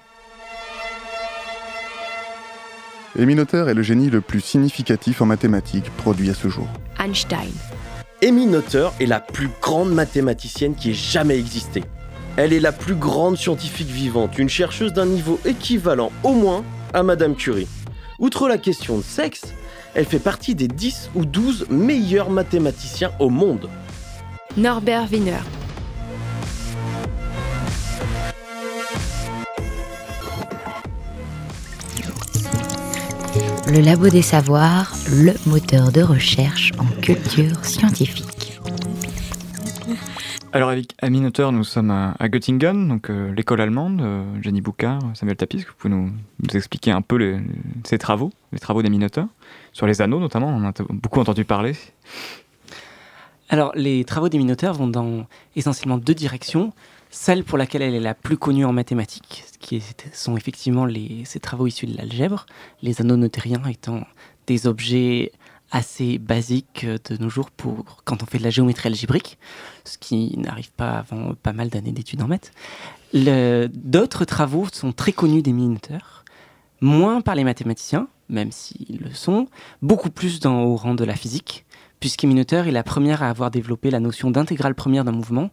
S: Emmy Noether est le génie le plus significatif en mathématiques produit à ce jour.
F: Einstein.
T: Emmy Noether est la plus grande mathématicienne qui ait jamais existé. Elle est la plus grande scientifique vivante, une chercheuse d'un niveau équivalent au moins à Madame Curie. Outre la question de sexe, elle fait partie des dix ou douze meilleurs mathématiciens au monde.
F: Norbert Wiener.
A: Le Labo des Savoirs, le moteur de recherche en culture scientifique.
B: Alors avec Emmy Noether, nous sommes à, à Göttingen, donc euh, l'école allemande. Euh, Jenny Boucard, Samuel Tapis, est-ce que vous pouvez nous, nous expliquer un peu les, ces travaux, les travaux d'Emmy Noether, sur les anneaux notamment, on en a t- beaucoup entendu parler.
L: Alors les travaux d'Emmy Noether vont dans essentiellement deux directions. Celle pour laquelle elle est la plus connue en mathématiques, qui sont effectivement les, ces travaux issus de l'algèbre, les anneaux noethériens étant des objets assez basiques de nos jours pour quand on fait de la géométrie algébrique, ce qui n'arrive pas avant pas mal d'années d'études en maths. Le, d'autres travaux sont très connus d'Emmy Noether, moins par les mathématiciens, même s'ils le sont, beaucoup plus dans, au rang de la physique, puisqu'Emmy Noether est la première à avoir développé la notion d'intégrale première d'un mouvement,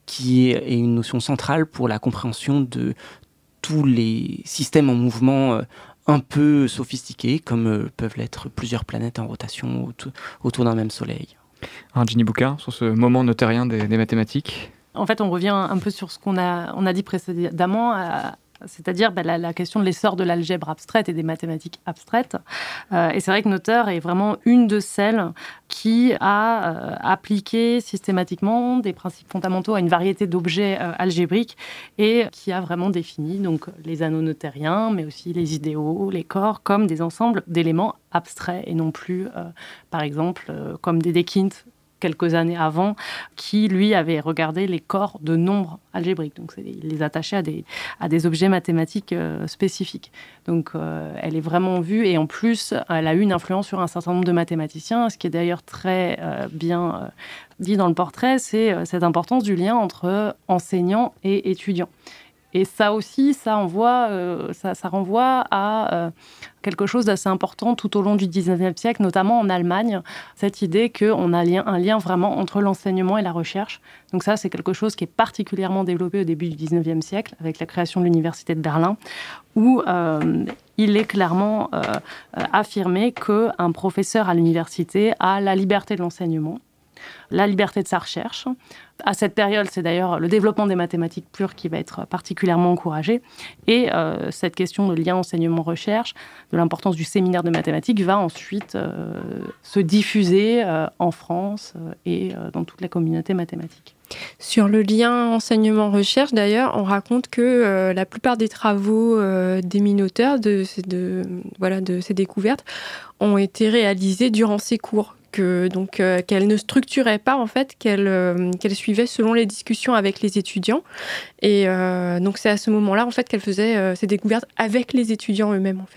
L: qui est une notion centrale pour la compréhension de tous les systèmes en mouvement un peu sophistiqués, comme peuvent l'être plusieurs planètes en rotation autour, autour d'un même soleil.
B: Un Ginny Boucard, sur ce moment notérien des, des mathématiques.
K: En fait, on revient un peu sur ce qu'on a, on a dit précédemment, à, c'est-à-dire bah, la, la question de l'essor de l'algèbre abstraite et des mathématiques abstraites. Euh, et c'est vrai que Noether est vraiment une de celles qui a euh, appliqué systématiquement des principes fondamentaux à une variété d'objets euh, algébriques et qui a vraiment défini donc, les anneaux noethériens, mais aussi les idéaux, les corps, comme des ensembles d'éléments abstraits et non plus, euh, par exemple, euh, comme des déquintes quelques années avant, qui, lui, avait regardé les corps de nombres algébriques. Donc, c'est, il les attachait à des, à des objets mathématiques euh, spécifiques. Donc, euh, elle est vraiment vue. Et en plus, elle a eu une influence sur un certain nombre de mathématiciens. Ce qui est d'ailleurs très euh, bien euh, dit dans le portrait, c'est euh, cette importance du lien entre enseignants et étudiants. Et ça aussi, ça, envoie, euh, ça, ça renvoie à euh, quelque chose d'assez important tout au long du dix-neuvième siècle, notamment en Allemagne, cette idée qu'on a lien, un lien vraiment entre l'enseignement et la recherche. Donc ça, c'est quelque chose qui est particulièrement développé au début du dix-neuvième siècle, avec la création de l'Université de Berlin, où euh, il est clairement euh, affirmé qu'un professeur à l'université a la liberté de l'enseignement, la liberté de sa recherche. À cette période, c'est d'ailleurs le développement des mathématiques pures qui va être particulièrement encouragé. Et euh, cette question de lien enseignement-recherche, de l'importance du séminaire de mathématiques, va ensuite euh, se diffuser euh, en France euh, et euh, dans toute la communauté mathématique.
F: Sur le lien enseignement-recherche, d'ailleurs, on raconte que euh, la plupart des travaux euh, d'Emmy Noether, de, de, voilà, de ces découvertes, ont été réalisés durant ces cours. Que, donc, euh, qu'elle ne structurait pas, en fait, qu'elle, euh, qu'elle suivait selon les discussions avec les étudiants. Et euh, donc, c'est à ce moment-là, en fait, qu'elle faisait euh, ses découvertes avec les étudiants eux-mêmes, en fait.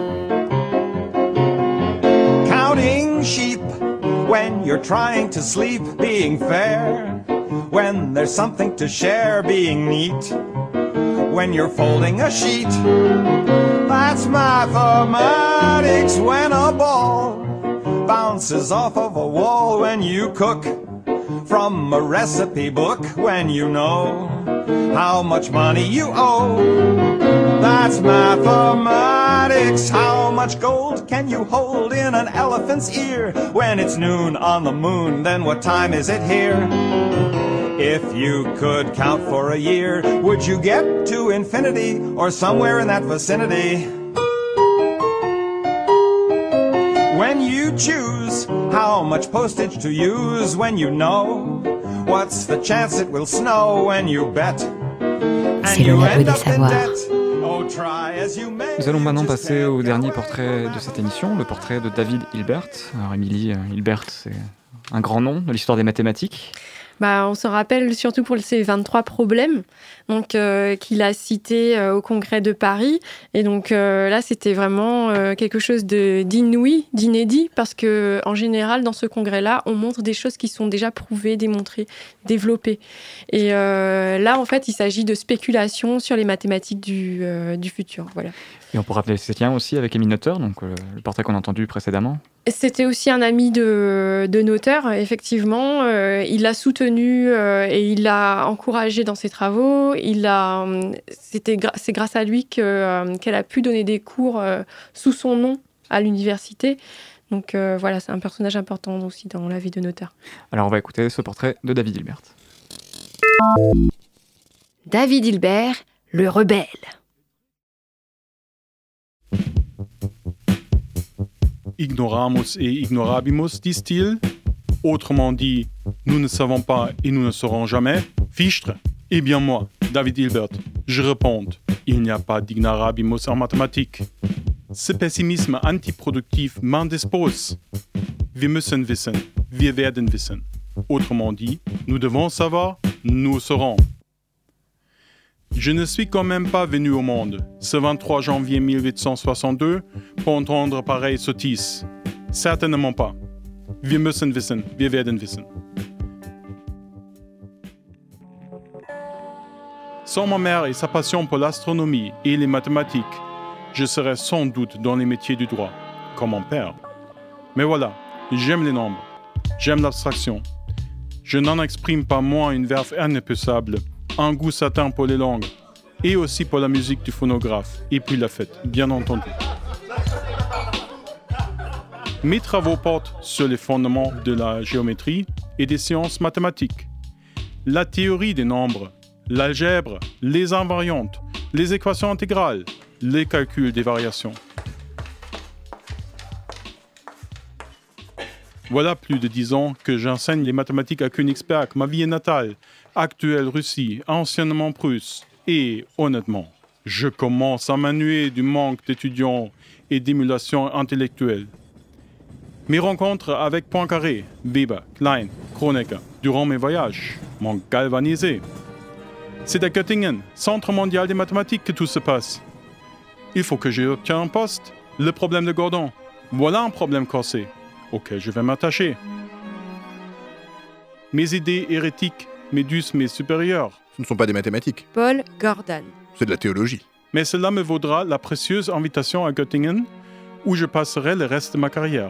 U: Counting sheep when you're trying to sleep, being fair. When there's something to share, being neat. When you're folding a sheet, that's mathematics. When a ball bounces off of a wall when you cook from a recipe book, when you know how much money you owe. That's mathematics. How much gold can you hold in an elephant's ear? When it's noon on the moon, then what time is it here? If you could count for a year, would you get to infinity or somewhere in that vicinity? When you choose how much postage to use, when you know what's the chance it will snow, when you bet
A: C'est le labo des savoirs.
B: Nous allons maintenant passer au dernier portrait de cette émission, le portrait de David Hilbert. Alors Émilie, Hilbert, c'est un grand nom de l'histoire des mathématiques.
F: Bah, on se rappelle surtout pour ces vingt-trois problèmes donc, euh, qu'il a cités euh, au Congrès de Paris. Et donc euh, là, c'était vraiment euh, quelque chose de, d'inouï, d'inédit, parce qu'en général, dans ce congrès-là, on montre des choses qui sont déjà prouvées, démontrées, développées. Et euh, là, en fait, il s'agit de spéculations sur les mathématiques du, euh, du futur. Voilà.
B: Et on pourra rappeler ces liens aussi avec Emmy Noether, donc euh, le portrait qu'on a entendu précédemment.
F: C'était aussi un ami de, de Noether, effectivement. Euh, il l'a soutenu euh, et il l'a encouragé dans ses travaux. Il a, c'était, c'est grâce à lui que, euh, qu'elle a pu donner des cours euh, sous son nom à l'université. Donc euh, voilà, c'est un personnage important aussi dans la vie de Noether.
B: Alors on va écouter ce portrait de David Hilbert.
A: David Hilbert, le rebelle.
V: Ignoramus et ignorabimus, disent-ils. Autrement dit, nous ne savons pas et nous ne saurons jamais. Fichtre. Eh bien moi, David Hilbert, je réponds, il n'y a pas d'ignorabimus en mathématiques. Ce pessimisme antiproductif m'indispose. Wir müssen wissen, wir werden wissen. Autrement dit, nous devons savoir, nous saurons. Je ne suis quand même pas venu au monde, ce vingt-trois janvier mille huit cent soixante-deux, pour entendre pareille sottise. Certainement pas. Wir müssen wissen, wir werden wissen. Sans ma mère et sa passion pour l'astronomie et les mathématiques, je serais sans doute dans les métiers du droit, comme mon père. Mais voilà, j'aime les nombres, j'aime l'abstraction. Je n'en exprime pas moins une verve irrépressible, un goût satin pour les langues, et aussi pour la musique du phonographe, et puis la fête, bien entendu. Mes travaux portent sur les fondements de la géométrie et des sciences mathématiques, la théorie des nombres, l'algèbre, les invariantes, les équations intégrales, les calculs des variations. Voilà plus de dix ans que j'enseigne les mathématiques à Königsberg, ma ville natale, actuelle Russie, anciennement Prusse. Et honnêtement, je commence à m'ennuyer du manque d'étudiants et d'émulation intellectuelle. Mes rencontres avec Poincaré, Weber, Klein, Kronecker, durant mes voyages, m'ont galvanisé. C'est à Göttingen, centre mondial des mathématiques, que tout se passe. Il faut que j'obtienne un poste. Le problème de Gordon. Voilà un problème corsé auquel je vais m'attacher. Mes idées hérétiques m'édusent mes supérieurs.
H: Ce ne sont pas des mathématiques.
F: Paul Gordon.
H: C'est de la théologie.
V: Mais cela me vaudra la précieuse invitation à Göttingen, où je passerai le reste de ma carrière.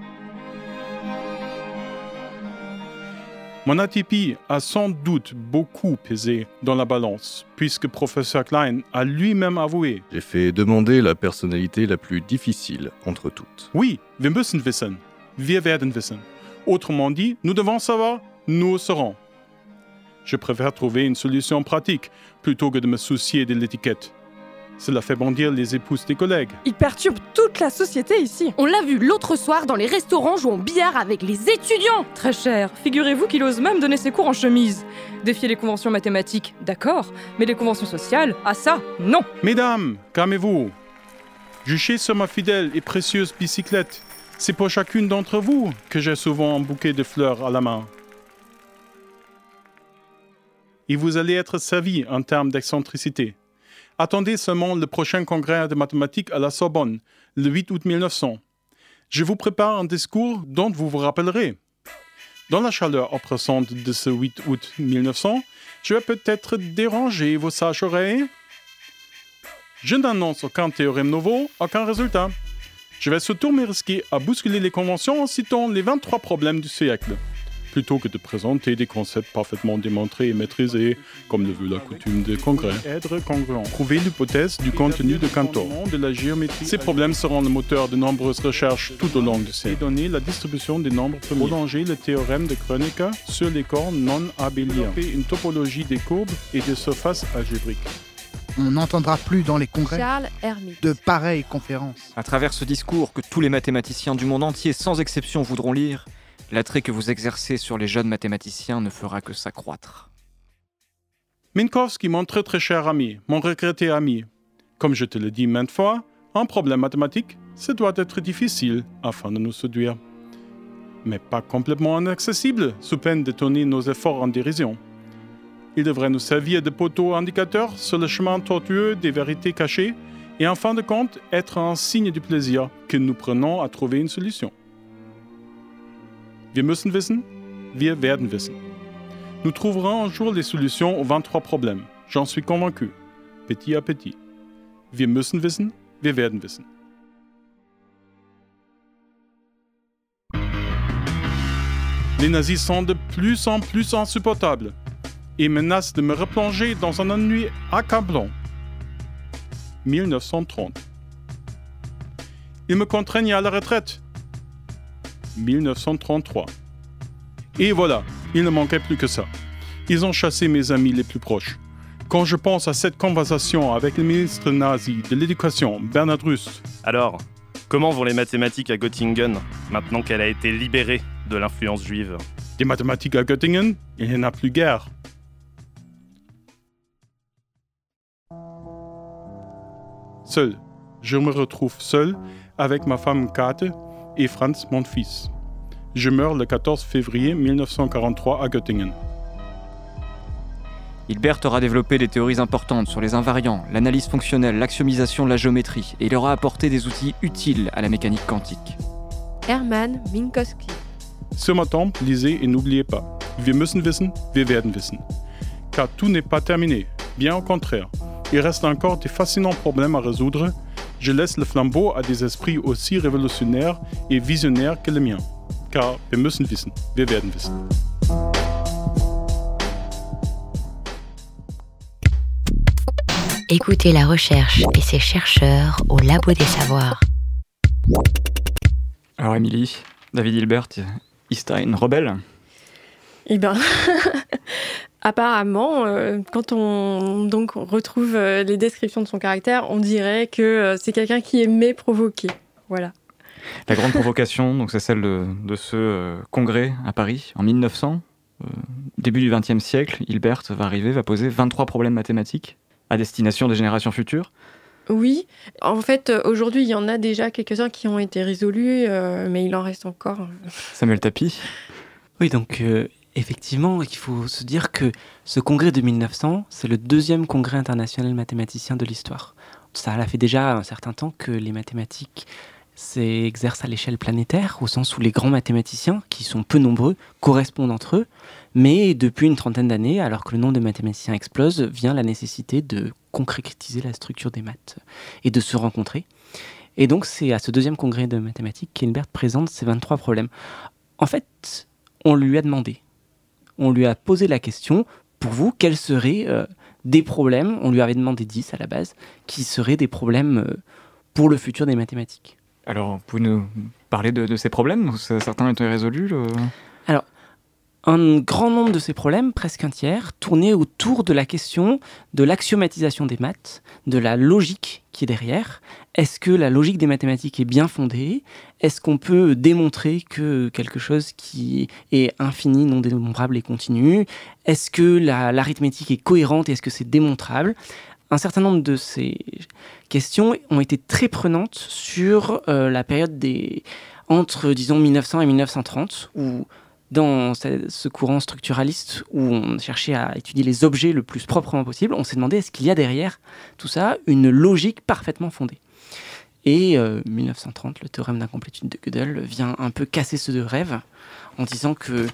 V: Mon atypie a sans doute beaucoup pesé dans la balance, puisque professeur Klein a lui-même avoué.
E: J'ai fait demander la personnalité la plus difficile entre toutes.
V: Oui, wir müssen wissen. Wir werden wissen. Autrement dit, nous devons savoir, nous saurons. Je préfère trouver une solution pratique plutôt que de me soucier de l'étiquette. Cela fait bondir les épouses des collègues.
I: Il perturbe toute la société ici.
M: On l'a vu l'autre soir dans les restaurants jouant au billard avec les étudiants.
I: Très cher. Figurez-vous qu'il ose même donner ses cours en chemise. Défier les conventions mathématiques, d'accord. Mais les conventions sociales, ah ça, non.
V: Mesdames, calmez-vous. Juchez sur ma fidèle et précieuse bicyclette. C'est pour chacune d'entre vous que j'ai souvent un bouquet de fleurs à la main. Et vous allez être servis en termes d'excentricité. Attendez seulement le prochain congrès de mathématiques à la Sorbonne, le huit août mille neuf cents. Je vous prépare un discours dont vous vous rappellerez. Dans la chaleur oppressante de ce huit août mille neuf cents, je vais peut-être déranger vos sages oreilles. Je n'annonce aucun théorème nouveau, aucun résultat. Je vais surtout me risquer à bousculer les conventions en citant les vingt-trois problèmes du siècle, plutôt que de présenter des concepts parfaitement démontrés et maîtrisés, comme le veut la coutume des congrès. Être congruent. Prouver l'hypothèse du contenu de Cantor. De la géométrie. Ces problèmes seront le moteur de nombreuses recherches tout au long du siècle. Et donner la distribution des nombres premiers. Prolonger le théorème de Kronecker sur les corps non abéliens. Développer une topologie des courbes et des surfaces algébriques.
J: On n'entendra plus dans les congrès
F: Charles Hermite.
J: de pareilles conférences.
B: À travers ce discours que tous les mathématiciens du monde entier, sans exception, voudront lire, l'attrait que vous exercez sur les jeunes mathématiciens ne fera que s'accroître.
V: Minkowski, mon très très cher ami, mon regretté ami. Comme je te le dis maintes fois, un problème mathématique, ça doit être difficile afin de nous séduire. Mais pas complètement inaccessible, sous peine de tourner nos efforts en dérision. Il devrait nous servir de poteau indicateur sur le chemin tortueux des vérités cachées et en fin de compte être un signe du plaisir que nous prenons à trouver une solution. Wir müssen wissen, wir werden wissen. Nous trouverons un jour les solutions aux vingt-trois problèmes. J'en suis convaincu, petit à petit. Wir müssen wissen, wir werden wissen. Les nazis sont de plus en plus insupportables et menacent de me replonger dans un ennui accablant. mille neuf cent trente. Ils me contraignent à la retraite. mille neuf cent trente-trois. Et voilà, il ne manquait plus que ça. Ils ont chassé mes amis les plus proches. Quand je pense à cette conversation avec le ministre nazi de l'Éducation, Bernhard Rust.
W: Alors, comment vont les mathématiques à Göttingen, maintenant qu'elle a été libérée de l'influence juive?
V: Des mathématiques à Göttingen, il n'y en a plus guère. Seul, je me retrouve seul avec ma femme Kate et Franz, mon fils. Je meurs le quatorze février mille neuf cent quarante-trois à Göttingen.
B: Hilbert aura développé des théories importantes sur les invariants, l'analyse fonctionnelle, l'axiomisation de la géométrie, et il aura apporté des outils utiles à la mécanique quantique.
F: Hermann Minkowski.
V: Sur ma tombe, lisez et n'oubliez pas. Wir müssen wissen, wir werden wissen. Car tout n'est pas terminé, bien au contraire. Il reste encore des fascinants problèmes à résoudre. Je laisse le flambeau à des esprits aussi révolutionnaires et visionnaires que les miens. Car wir müssen wissen, wir werden wissen.
A: Écoutez la recherche et ses chercheurs au Labo des Savoirs.
B: Alors Émilie, David Hilbert, Einstein, rebelle ?
C: Eh ben, apparemment, euh, quand on donc retrouve euh, les descriptions de son caractère, on dirait que euh, c'est quelqu'un qui aimait provoquer. Voilà.
B: La grande provocation, donc c'est celle de, de ce euh, congrès à Paris en mille neuf cents. Euh, début du vingtième siècle, Hilbert va arriver, va poser vingt-trois problèmes mathématiques à destination des générations futures.
C: Oui, en fait, aujourd'hui, il y en a déjà quelques-uns qui ont été résolus, euh, mais il en reste encore.
B: Samuel Tapie.
L: Oui, donc euh, effectivement, il faut se dire que ce congrès de mille neuf cents, c'est le deuxième congrès international mathématicien de l'histoire. Ça a fait déjà un certain temps que les mathématiques s'exercent à l'échelle planétaire, au sens où les grands mathématiciens, qui sont peu nombreux, correspondent entre eux. Mais depuis une trentaine d'années, alors que le nombre de mathématiciens explose, vient la nécessité de concrétiser la structure des maths et de se rencontrer. Et donc, c'est à ce deuxième congrès de mathématiques qu'Hilbert présente ses vingt-trois problèmes. En fait, on lui a demandé, on lui a posé la question, pour vous, quels seraient euh, des problèmes, on lui avait demandé dix à la base, qui seraient des problèmes euh, pour le futur des mathématiques.
B: Alors, pouvez-vous nous parler de, de ces problèmes ? Certains ont été résolus le...
L: Alors, un grand nombre de ces problèmes, presque un tiers, tournaient autour de la question de l'axiomatisation des maths, de la logique qui est derrière. Est-ce que la logique des mathématiques est bien fondée ? Est-ce qu'on peut démontrer que quelque chose qui est infini, non dénombrable et continu ? Est-ce que la, l'arithmétique est cohérente et est-ce que c'est démontrable ? Un certain nombre de ces questions ont été très prenantes sur euh, la période des... entre, disons, mille neuf cents et mille neuf cent trente, où dans ce courant structuraliste où on cherchait à étudier les objets le plus proprement possible, on s'est demandé est-ce qu'il y a derrière tout ça une logique parfaitement fondée. Et euh, mille neuf cent trente, le théorème d'incomplétude de Gödel vient un peu casser ce rêve en disant que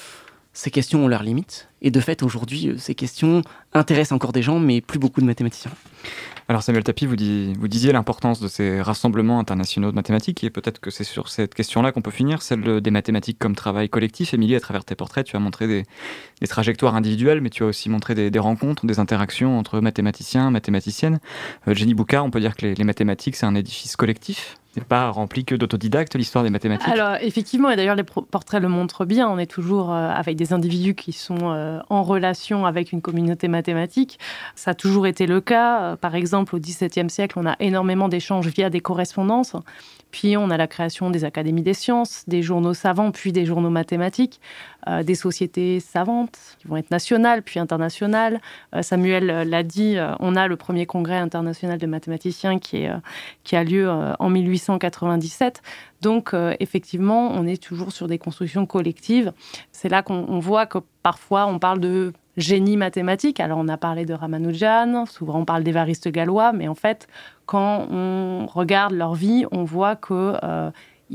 L: ces questions ont leurs limites. Et de fait, aujourd'hui, ces questions intéressent encore des gens, mais plus beaucoup de mathématiciens.
B: Alors Samuel Tapie, vous, dis, vous disiez l'importance de ces rassemblements internationaux de mathématiques, et peut-être que c'est sur cette question-là qu'on peut finir, celle des mathématiques comme travail collectif. Émilie, à travers tes portraits, tu as montré des, des trajectoires individuelles, mais tu as aussi montré des, des rencontres, des interactions entre mathématiciens, mathématiciennes. Euh, Jenny Boucard, on peut dire que les, les mathématiques, c'est un édifice collectif ? C'est pas rempli que d'autodidactes, l'histoire des mathématiques.
K: Alors, effectivement, et d'ailleurs, les portraits le montrent bien, on est toujours euh, avec des individus qui sont euh, en relation avec une communauté mathématique. Ça a toujours été le cas. Euh, par exemple, au dix-septième siècle, on a énormément d'échanges via des correspondances. Puis, on a la création des académies des sciences, des journaux savants, puis des journaux mathématiques, euh, des sociétés savantes qui vont être nationales, puis internationales. Euh, Samuel euh, l'a dit, euh, on a le premier congrès international de mathématiciens qui, est, euh, qui a lieu euh, en mille huit cent quatre-vingt-dix-sept. Donc, euh, effectivement, on est toujours sur des constructions collectives. C'est là qu'on on voit que parfois, on parle de génie mathématique. Alors, on a parlé de Ramanujan, souvent on parle d'évariste gallois, mais en fait, quand on regarde leur vie, on voit qu'ils euh,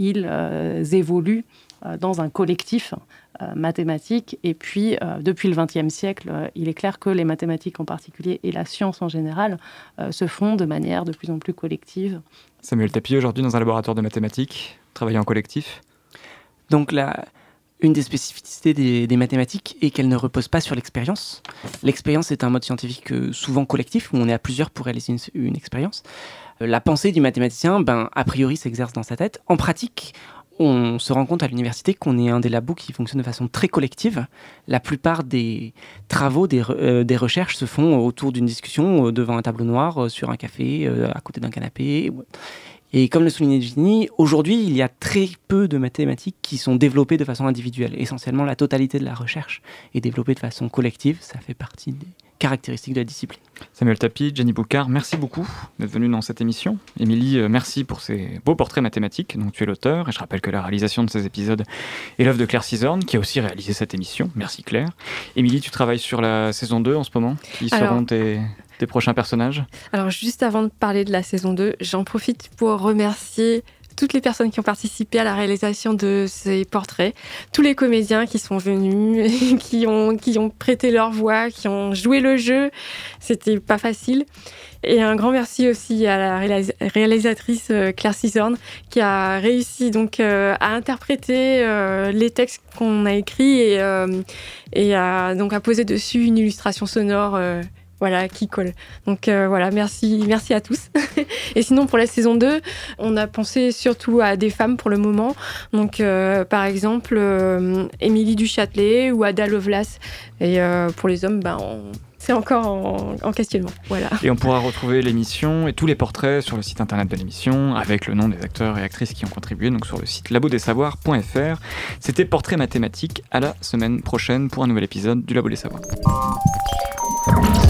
K: euh, évoluent euh, dans un collectif euh, mathématique. Et puis, euh, depuis le vingtième siècle, euh, il est clair que les mathématiques en particulier et la science en général euh, se font de manière de plus en plus collective.
B: Samuel Tapie, aujourd'hui dans un laboratoire de mathématiques, travailler en collectif.
L: Donc la, une des spécificités des, des mathématiques est qu'elles ne reposent pas sur l'expérience. L'expérience est un mode scientifique souvent collectif, où on est à plusieurs pour réaliser une, une expérience. La pensée du mathématicien, ben, a priori, s'exerce dans sa tête. En pratique, on se rend compte à l'université qu'on est un des labos qui fonctionne de façon très collective. La plupart des travaux, des, re, euh, des recherches se font autour d'une discussion euh, devant un tableau noir, euh, sur un café, euh, à côté d'un canapé. Et comme le soulignait Jenny, aujourd'hui, il y a très peu de mathématiques qui sont développées de façon individuelle. Essentiellement, la totalité de la recherche est développée de façon collective. Ça fait partie des caractéristiques de la discipline.
B: Samuel Tapie, Jenny Boucard, merci beaucoup d'être venue dans cette émission. Émilie, merci pour ces beaux portraits mathématiques dont tu es l'auteur. Et je rappelle que la réalisation de ces épisodes est l'œuvre de Claire Cisorne, qui a aussi réalisé cette émission. Merci Claire. Émilie, tu travailles sur la saison deux en ce moment. Qui
C: Alors...
B: seront tes... tes prochains personnages ?
C: Alors, juste avant de parler de la saison deux, j'en profite pour remercier toutes les personnes qui ont participé à la réalisation de ces portraits, tous les comédiens qui sont venus, qui ont, qui ont prêté leur voix, qui ont joué le jeu. C'était pas facile. Et un grand merci aussi à la réalis- réalisatrice Claire Cisorne qui a réussi donc euh, à interpréter euh, les textes qu'on a écrits et, euh, et à, donc à poser dessus une illustration sonore euh, voilà, qui colle. Donc euh, voilà, merci, merci à tous. Et sinon, pour la saison deux, on a pensé surtout à des femmes pour le moment. Donc euh, par exemple, euh, Émilie du Châtelet ou Ada Lovelace. Et euh, pour les hommes, ben, on... c'est encore en, en questionnement. Voilà.
B: Et on pourra retrouver l'émission et tous les portraits sur le site internet de l'émission avec le nom des acteurs et actrices qui ont contribué, donc sur le site labo des savoirs point f r. C'était Portrait mathématique. À la semaine prochaine pour un nouvel épisode du Labo des Savoirs.